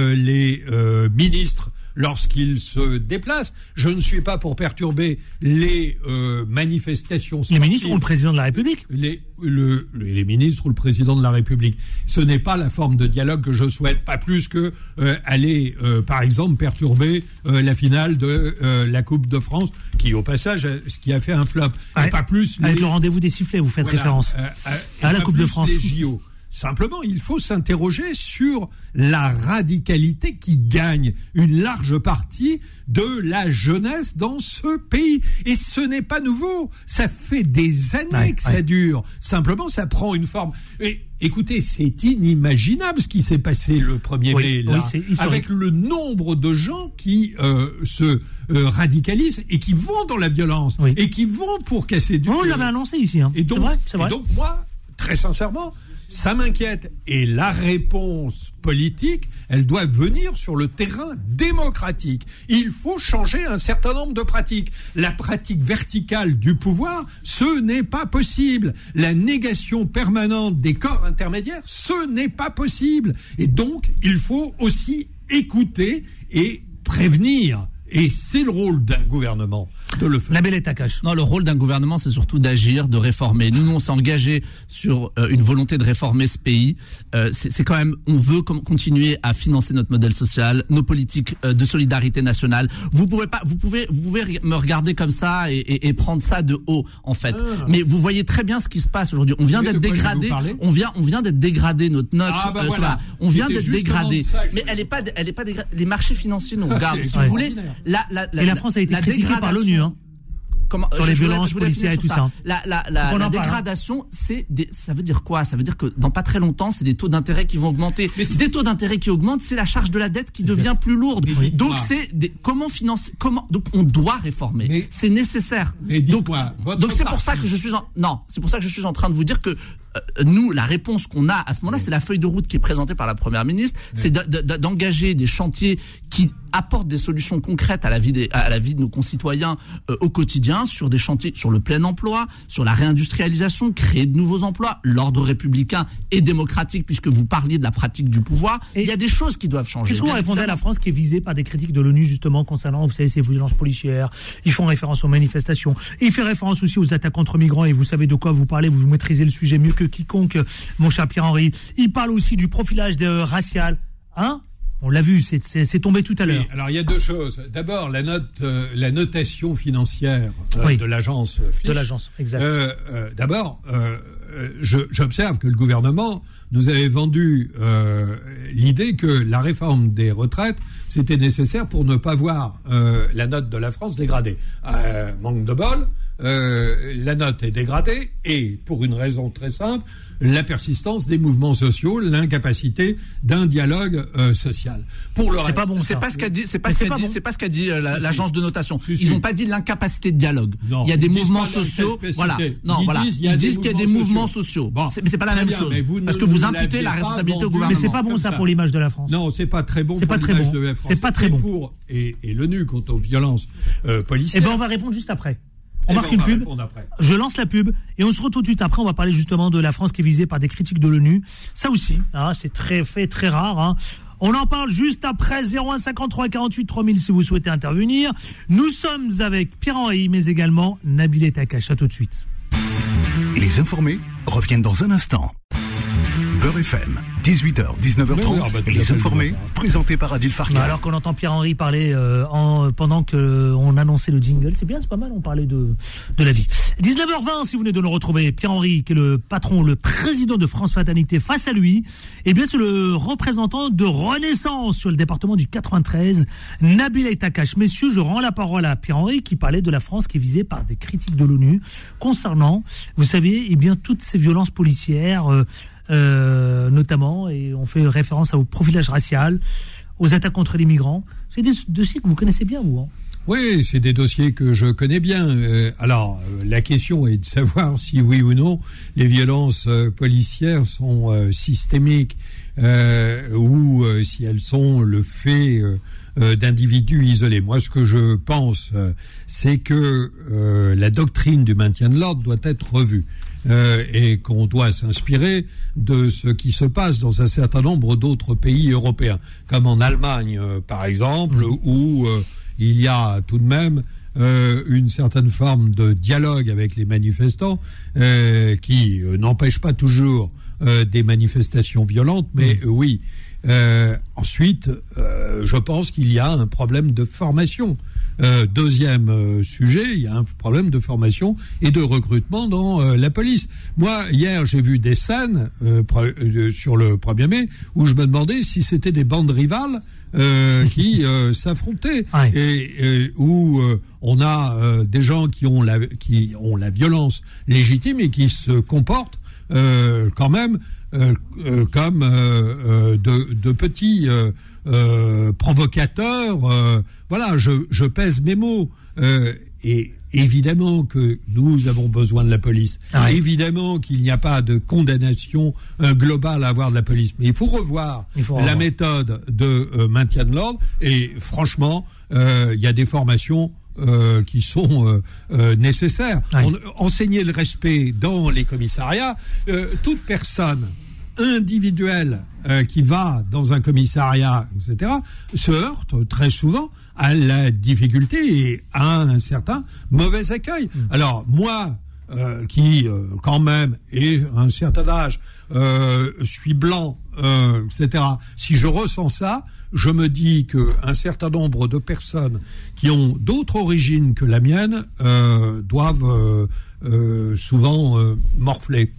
les ministres lorsqu'ils se déplacent. Je ne suis pas pour perturber les manifestations sportives. Les ministres ou le président de la République ? Les ministres ou le président de la République. Ce n'est pas la forme de dialogue que je souhaite, pas plus que aller, par exemple, perturber la finale de la Coupe de France, qui, au passage, ce qui a fait un flop. Et pas plus... Avec le rendez-vous des sifflets, vous faites référence à la Coupe de France. Les JO. Simplement, il faut s'interroger sur la radicalité qui gagne une large partie de la jeunesse dans ce pays. Et ce n'est pas nouveau. Ça fait des années que ça dure. Simplement, ça prend une forme... Et, écoutez, c'est inimaginable ce qui s'est passé le 1er mai, là, avec le nombre de gens qui se radicalisent et qui vont dans la violence et qui vont pour casser du... On l'avait annoncé ici. Et donc, c'est vrai. Et donc, moi, très sincèrement... ça m'inquiète. Et la réponse politique, elle doit venir sur le terrain démocratique. Il faut changer un certain nombre de pratiques. La pratique verticale du pouvoir, ce n'est pas possible. La négation permanente des corps intermédiaires, ce n'est pas possible. Et donc, il faut aussi écouter et prévenir. Et c'est le rôle d'un gouvernement de le faire. Nabil Takache. Non, le rôle d'un gouvernement, c'est surtout d'agir, de réformer. Nous, on s'est engagé sur une volonté de réformer ce pays. C'est quand même, on veut continuer à financer notre modèle social, nos politiques de solidarité nationale. Vous pouvez me regarder comme ça et prendre ça de haut, en fait. Mais vous voyez très bien ce qui se passe aujourd'hui. On vient d'être dégradé. On vient d'être dégradé, notre note. On vient d'être dégradé. Mais elle est pas dégradée. Les marchés financiers nous regardent. Si vous voulez. Et la France a été critiquée par l'ONU, sur les violences policières et tout ça. La dégradation, ça veut dire quoi ? Ça veut dire que dans pas très longtemps, c'est des taux d'intérêt qui vont augmenter. Mais des taux d'intérêt qui augmentent, c'est la charge de la dette qui devient plus lourde. Donc comment financer ? Donc on doit réformer. C'est nécessaire. Donc c'est pour ça que je suis en train de vous dire que nous, la réponse qu'on a à ce moment-là, c'est la feuille de route qui est présentée par la Première ministre, c'est d'engager des chantiers qui apportent des solutions concrètes à la vie de nos concitoyens au quotidien, sur des chantiers, sur le plein emploi, sur la réindustrialisation, créer de nouveaux emplois, l'ordre républicain et démocratique, puisque vous parliez de la pratique du pouvoir. Il y a des choses qui doivent changer. Qu'est-ce qu'on répondait à la France qui est visée par des critiques de l'ONU, justement, concernant, vous savez, ces violences policières? Ils font référence aux manifestations. Et il fait référence aussi aux attaques contre migrants, et vous savez de quoi vous parlez, vous maîtrisez le sujet mieux que quiconque, mon cher Pierre-Henri. Il parle aussi du profilage racial. On l'a vu, c'est tombé tout à l'heure. Oui, alors il y a deux choses. D'abord, la notation financière de l'agence Fitch. De l'agence, exact. D'abord, j'observe que le gouvernement nous avait vendu l'idée que la réforme des retraites, c'était nécessaire pour ne pas voir la note de la France dégradée. Manque de bol, la note est dégradée, et pour une raison très simple, la persistance des mouvements sociaux, l'incapacité d'un dialogue social. Pour le reste, c'est pas ce qu'a dit l'agence de notation. Ils n'ont pas dit l'incapacité de dialogue. Non, il y a des mouvements sociaux. Voilà. Non, voilà. Ils disent qu'il y a des mouvements sociaux. Bon, mais c'est pas la même chose. Parce que vous imputez la responsabilité au gouvernement. Mais c'est pas bon ça pour l'image de la France. Non, c'est pas très bon pour l'image de la France. C'est pas très bon. Et l'ONU quant aux violences policières. Eh ben on va répondre juste après. On marque une pub, je lance la pub et on se retrouve tout de suite après. On va parler justement de la France qui est visée par des critiques de l'ONU. Ça aussi, c'est très rare. On en parle juste après. 01 53 48 3000 si vous souhaitez intervenir. Nous sommes avec Pierre-Henri, mais également Nabil Takache. À tout de suite. Les informés reviennent dans un instant. Beurre FM, 18h, 19h30, les informés, présentés par Adil Farka. Alors qu'on entend Pierre-Henri parler pendant qu'on annonçait le jingle, c'est bien, c'est pas mal, on parlait de la vie. 19h20, si vous venez de nous retrouver, Pierre-Henri, qui est le patron, le président de France Fatalité, face à lui, eh bien c'est le représentant de Renaissance sur le département du 93, Nabila Etakash. Messieurs, je rends la parole à Pierre-Henri qui parlait de la France qui est visée par des critiques de l'ONU concernant, vous savez, eh bien toutes ces violences policières, notamment, et on fait référence au profilage racial, aux attaques contre les migrants. C'est des dossiers que vous connaissez bien, vous, hein? Oui, c'est des dossiers que je connais bien. La question est de savoir si oui ou non les violences policières sont systémiques ou si elles sont le fait d'individus isolés. Moi, ce que je pense, c'est que la doctrine du maintien de l'ordre doit être revue. Et qu'on doit s'inspirer de ce qui se passe dans un certain nombre d'autres pays européens, comme en Allemagne, par exemple, où il y a tout de même une certaine forme de dialogue avec les manifestants qui n'empêche pas toujours des manifestations violentes, mais oui. Ensuite, je pense qu'il y a un problème de formation. Deuxième sujet, il y a un problème de formation et de recrutement dans la police. Moi, hier, j'ai vu des scènes sur le 1er mai où je me demandais si c'était des bandes rivales qui s'affrontaient et où on a des gens qui ont la violence légitime et qui se comportent quand même comme de petits provocateurs. Voilà, je pèse mes mots. Et évidemment que nous avons besoin de la police. Évidemment qu'il n'y a pas de condamnation globale à avoir de la police. Mais il faut revoir la méthode de maintien de l'ordre. Et franchement, il y a des formations qui sont nécessaires. Enseigner le respect dans les commissariats. Toute personne individuelle qui va dans un commissariat, etc., se heurte très souvent à la difficulté et à un certain mauvais accueil. Alors moi, qui quand même ai un certain âge, suis blanc, etc., si je ressens ça, je me dis qu'un certain nombre de personnes qui ont d'autres origines que la mienne doivent souvent morfler.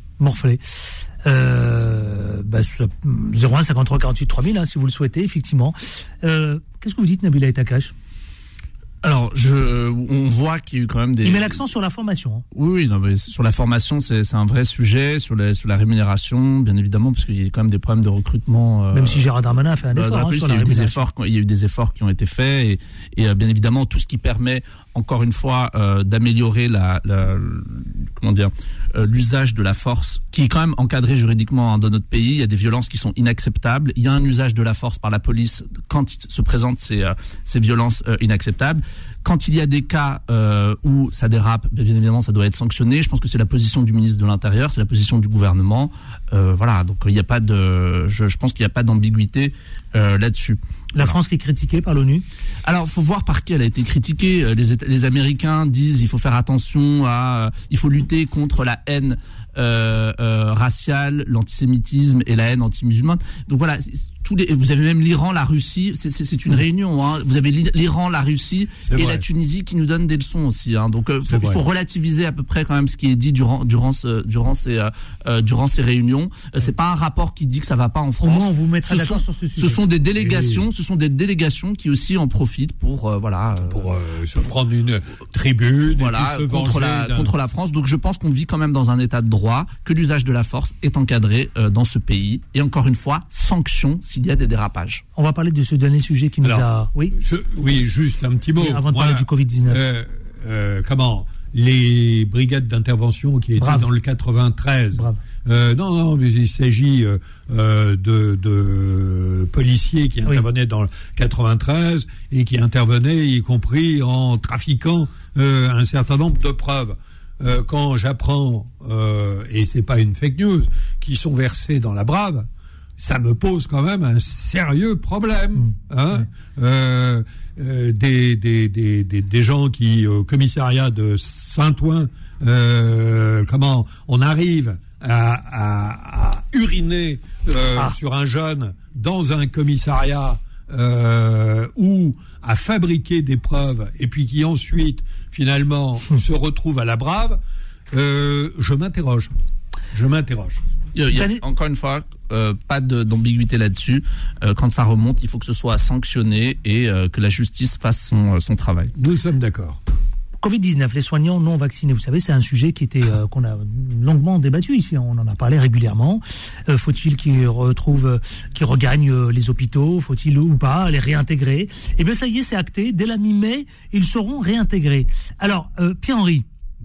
01 53 48 3000, hein, si vous le souhaitez, effectivement. Qu'est-ce que vous dites, Nabila Etakash? Alors, on voit qu'il y a eu quand même des... Il met l'accent sur la formation. Hein. Oui, non, mais sur la formation, c'est un vrai sujet, sur la rémunération, bien évidemment, parce qu'il y a quand même des problèmes de recrutement. Même si Gérard Darmanin a fait un effort sur la rémunération. Il y a eu des efforts qui ont été faits, et bien évidemment, tout ce qui permet, encore une fois, d'améliorer l'usage de la force, qui est quand même encadré juridiquement dans notre pays. Il y a des violences qui sont inacceptables. Il y a un usage de la force par la police quand il se présentent ces violences inacceptables. Quand il y a des cas où ça dérape, bien évidemment, ça doit être sanctionné. Je pense que c'est la position du ministre de l'Intérieur, c'est la position du gouvernement. Voilà, donc il n'y a pas je pense qu'il n'y a pas d'ambiguïté là-dessus. La France qui est critiquée par l'ONU. Alors, faut voir par qui elle a été critiquée. Les Américains disent il faut faire attention il faut lutter contre la haine raciale, l'antisémitisme et la haine anti-musulmane. Donc voilà. Vous avez même l'Iran, la Russie, c'est une réunion. Hein. Vous avez l'Iran, la Russie et la Tunisie qui nous donnent des leçons aussi. Hein. Donc il faut relativiser à peu près quand même ce qui est dit durant ces réunions. C'est pas un rapport qui dit que ça va pas en France. Au moins, on vous mettra d'accord sur ce sujet. Ce sont des délégations, qui aussi en profitent pour se prendre une tribune, et se contre la France. Donc je pense qu'on vit quand même dans un état de droit, que l'usage de la force est encadré dans ce pays. Et encore une fois, sanctions s'il y a des dérapages. On va parler de ce dernier sujet qui nous a... Oui, juste un petit mot. Oui, avant de parler du Covid-19. Les brigades d'intervention qui étaient dans le 93. Non, mais il s'agit de policiers qui intervenaient dans le 93 et qui intervenaient y compris en trafiquant un certain nombre de preuves. Quand j'apprends, et c'est pas une fake news, qui sont versés dans la Brave, ça me pose quand même un sérieux problème. Des gens qui, au commissariat de Saint-Ouen, on arrive à uriner sur un jeune dans un commissariat ou à fabriquer des preuves et puis qui ensuite finalement se retrouve à la brave, je m'interroge. Il y a, encore une fois, pas d'ambiguïté là-dessus. Quand ça remonte, il faut que ce soit sanctionné et que la justice fasse son travail. Nous sommes d'accord. Covid-19, les soignants non vaccinés, vous savez, c'est un sujet qui était qu'on a longuement débattu ici. On en a parlé régulièrement. Faut-il qu'ils regagnent les hôpitaux? Faut-il ou pas les réintégrer? Eh bien, ça y est, c'est acté. Dès la mi-mai, ils seront réintégrés. Alors, Pierre-Henri,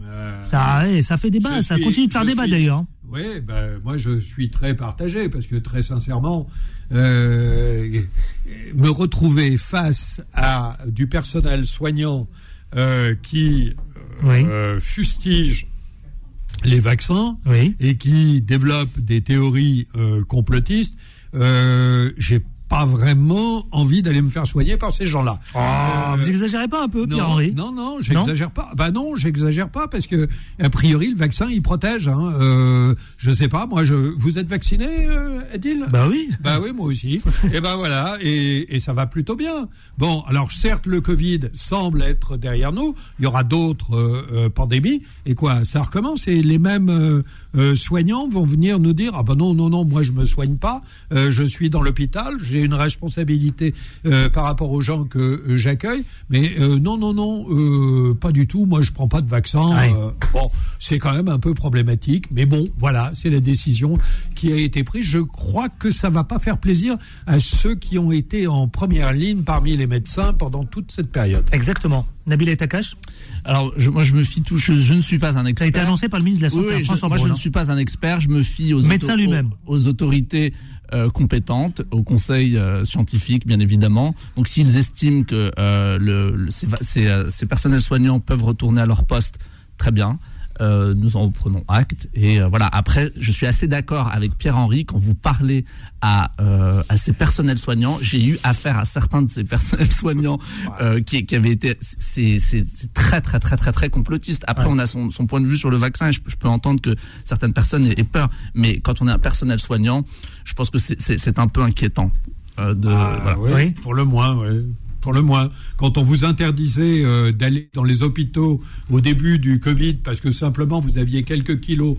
ça fait débat, ça continue de faire débat d'ailleurs. Oui, moi je suis très partagé parce que très sincèrement, me retrouver face à du personnel soignant qui fustige les vaccins et qui développe des théories complotistes, j'ai pas vraiment envie d'aller me faire soigner par ces gens-là. Vous exagérez pas un peu, Pierre-Henri? Non, j'exagère pas. J'exagère pas parce que a priori le vaccin il protège. Je sais pas, moi vous êtes vacciné, Adil? Bah oui, moi aussi. Et voilà, et ça va plutôt bien. Bon, alors certes le Covid semble être derrière nous. Il y aura d'autres pandémies. Et quoi, ça recommence et les mêmes soignants vont venir nous dire non, moi je me soigne pas. Je suis dans l'hôpital. J'ai une responsabilité par rapport aux gens que j'accueille, mais non, pas du tout. Moi, je prends pas de vaccin. Bon, c'est quand même un peu problématique, mais bon, voilà, c'est la décision qui a été prise. Je crois que ça va pas faire plaisir à ceux qui ont été en première ligne parmi les médecins pendant toute cette période. Exactement. Nabil Takache. Alors, moi, je me fie je ne suis pas un expert. Ça a été annoncé par le ministre de la Santé, François Braun. Moi, je ne suis pas un expert. Je me fie aux autorités compétentes, au conseil scientifique, bien évidemment. Donc, s'ils estiment que ces personnels soignants peuvent retourner à leur poste, très bien. Nous en prenons acte et voilà. Après, je suis assez d'accord avec Pierre-Henri quand vous parlez à ces personnels soignants. J'ai eu affaire à certains de ces personnels soignants qui avaient été. C'est très très très très très complotiste. Après, on a son point de vue sur le vaccin. Et je peux entendre que certaines personnes aient peur, mais quand on est un personnel soignant, je pense que c'est un peu inquiétant. Oui, pour le moins, oui. Pour le moins, quand on vous interdisait d'aller dans les hôpitaux au début du Covid parce que simplement vous aviez quelques kilos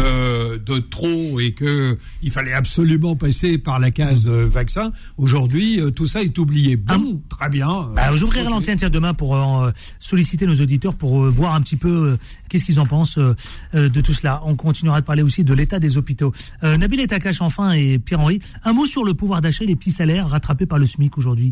de trop et que il fallait absolument passer par la case vaccin, aujourd'hui tout ça est oublié. Bon, très bien. J'ouvrirai l'antenne demain pour solliciter nos auditeurs pour voir un petit peu qu'est-ce qu'ils en pensent de tout cela. On continuera de parler aussi de l'état des hôpitaux. Nabil Takache enfin et Pierre-Henri, un mot sur le pouvoir d'achat et les petits salaires rattrapés par le SMIC aujourd'hui.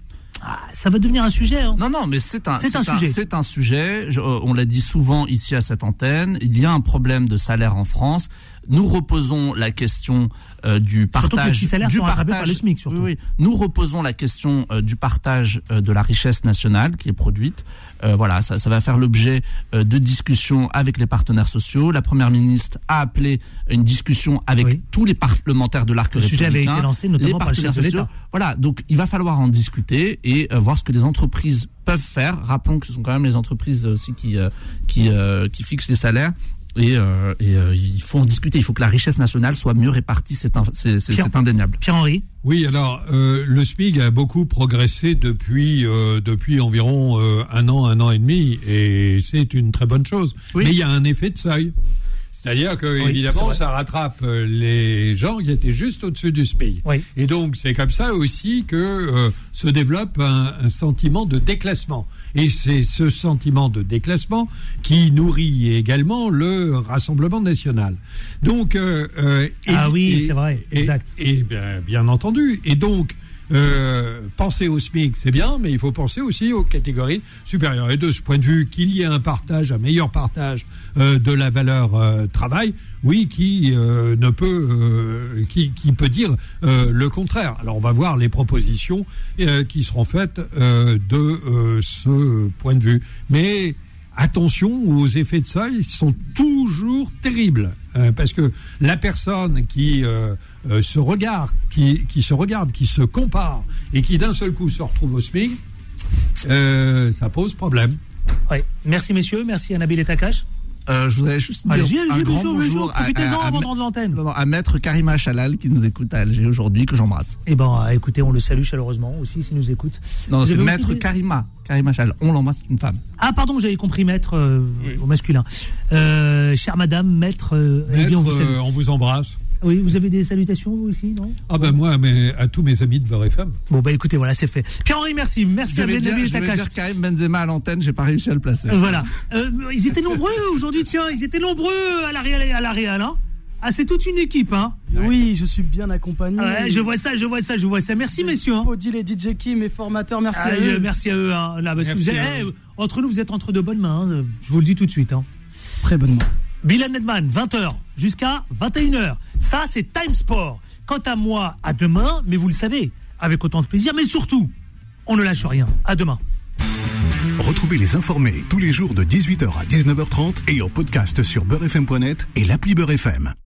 Ça va devenir un sujet. Non, mais c'est un sujet. On l'a dit souvent ici à cette antenne. Il y a un problème de salaire en France. Nous reposons la question du partage. Surtout que les petits salaires sont rattrapés par le SMIC, surtout. Oui. Nous reposons la question du partage de la richesse nationale qui est produite. Voilà, ça va faire l'objet de discussions avec les partenaires sociaux. La Première ministre a appelé une discussion avec tous les parlementaires de l'arc républicain. Le sujet avait été lancé notamment par le chef de l'État. Voilà, donc il va falloir en discuter et voir ce que les entreprises peuvent faire. Rappelons que ce sont quand même les entreprises aussi qui fixent les salaires. Et il faut en discuter. Il faut que la richesse nationale soit mieux répartie. C'est indéniable. Pierre-Henri. Oui, alors le SMIC a beaucoup progressé depuis environ un an et demi, et c'est une très bonne chose. Oui. Mais il y a un effet de seuil. C'est-à-dire que, évidemment, ça rattrape les gens qui étaient juste au-dessus du SMIC. Oui. Et donc, c'est comme ça aussi que se développe un sentiment de déclassement. Et c'est ce sentiment de déclassement qui nourrit également le Rassemblement national. Donc, c'est vrai, exact. Et bien entendu. Et donc, penser au SMIC, c'est bien, mais il faut penser aussi aux catégories supérieures. Et de ce point de vue, qu'il y ait un meilleur partage de la valeur travail, oui, qui peut dire le contraire. Alors on va voir les propositions qui seront faites de ce point de vue. Mais attention aux effets de seuil, ils sont toujours terribles. Parce que la personne qui se regarde, qui se compare et qui d'un seul coup se retrouve au SMIC, ça pose problème. Oui. Merci messieurs, merci à Nabil Takache. Je voudrais juste dire un grand bonjour à Maître Karima Chalal qui nous écoute à Alger aujourd'hui, que j'embrasse. Eh ben, écoutez, on le salue chaleureusement aussi s'il nous écoute. Non, c'est Maître Karima Chalal. On l'embrasse, c'est une femme. Ah pardon, j'avais compris Maître au masculin. Chère Madame Maître, on vous embrasse. Oui, vous avez des salutations vous aussi, non? Ah ben moi, à tous mes amis de Beurre FM. Bon bah écoutez, voilà, c'est fait. Pierre-Henri, merci à Ben Nabil. Je vais dire Karim Benzema à l'antenne, j'ai pas réussi à le placer. Voilà. Ils étaient nombreux aujourd'hui, tiens, à la Real, hein. Ah, c'est toute une équipe, hein. Oui, je suis bien accompagné. Ouais, je vois ça. Merci, messieurs. Hein. Odile et DJ Kim, mes formateurs, merci à eux. Merci à eux. Hein. Là, entre nous, vous êtes entre de bonnes mains. Hein. Je vous le dis tout de suite. Hein. Très bonnes mains. Bilal Nedman, 20h jusqu'à 21h. Ça, c'est Time Sport. Quant à moi, à demain, mais vous le savez, avec autant de plaisir, mais surtout, on ne lâche rien. À demain. Retrouvez les informés tous les jours de 18h à 19h30 et en podcast sur beurrefm.net et l'appli Beurre FM.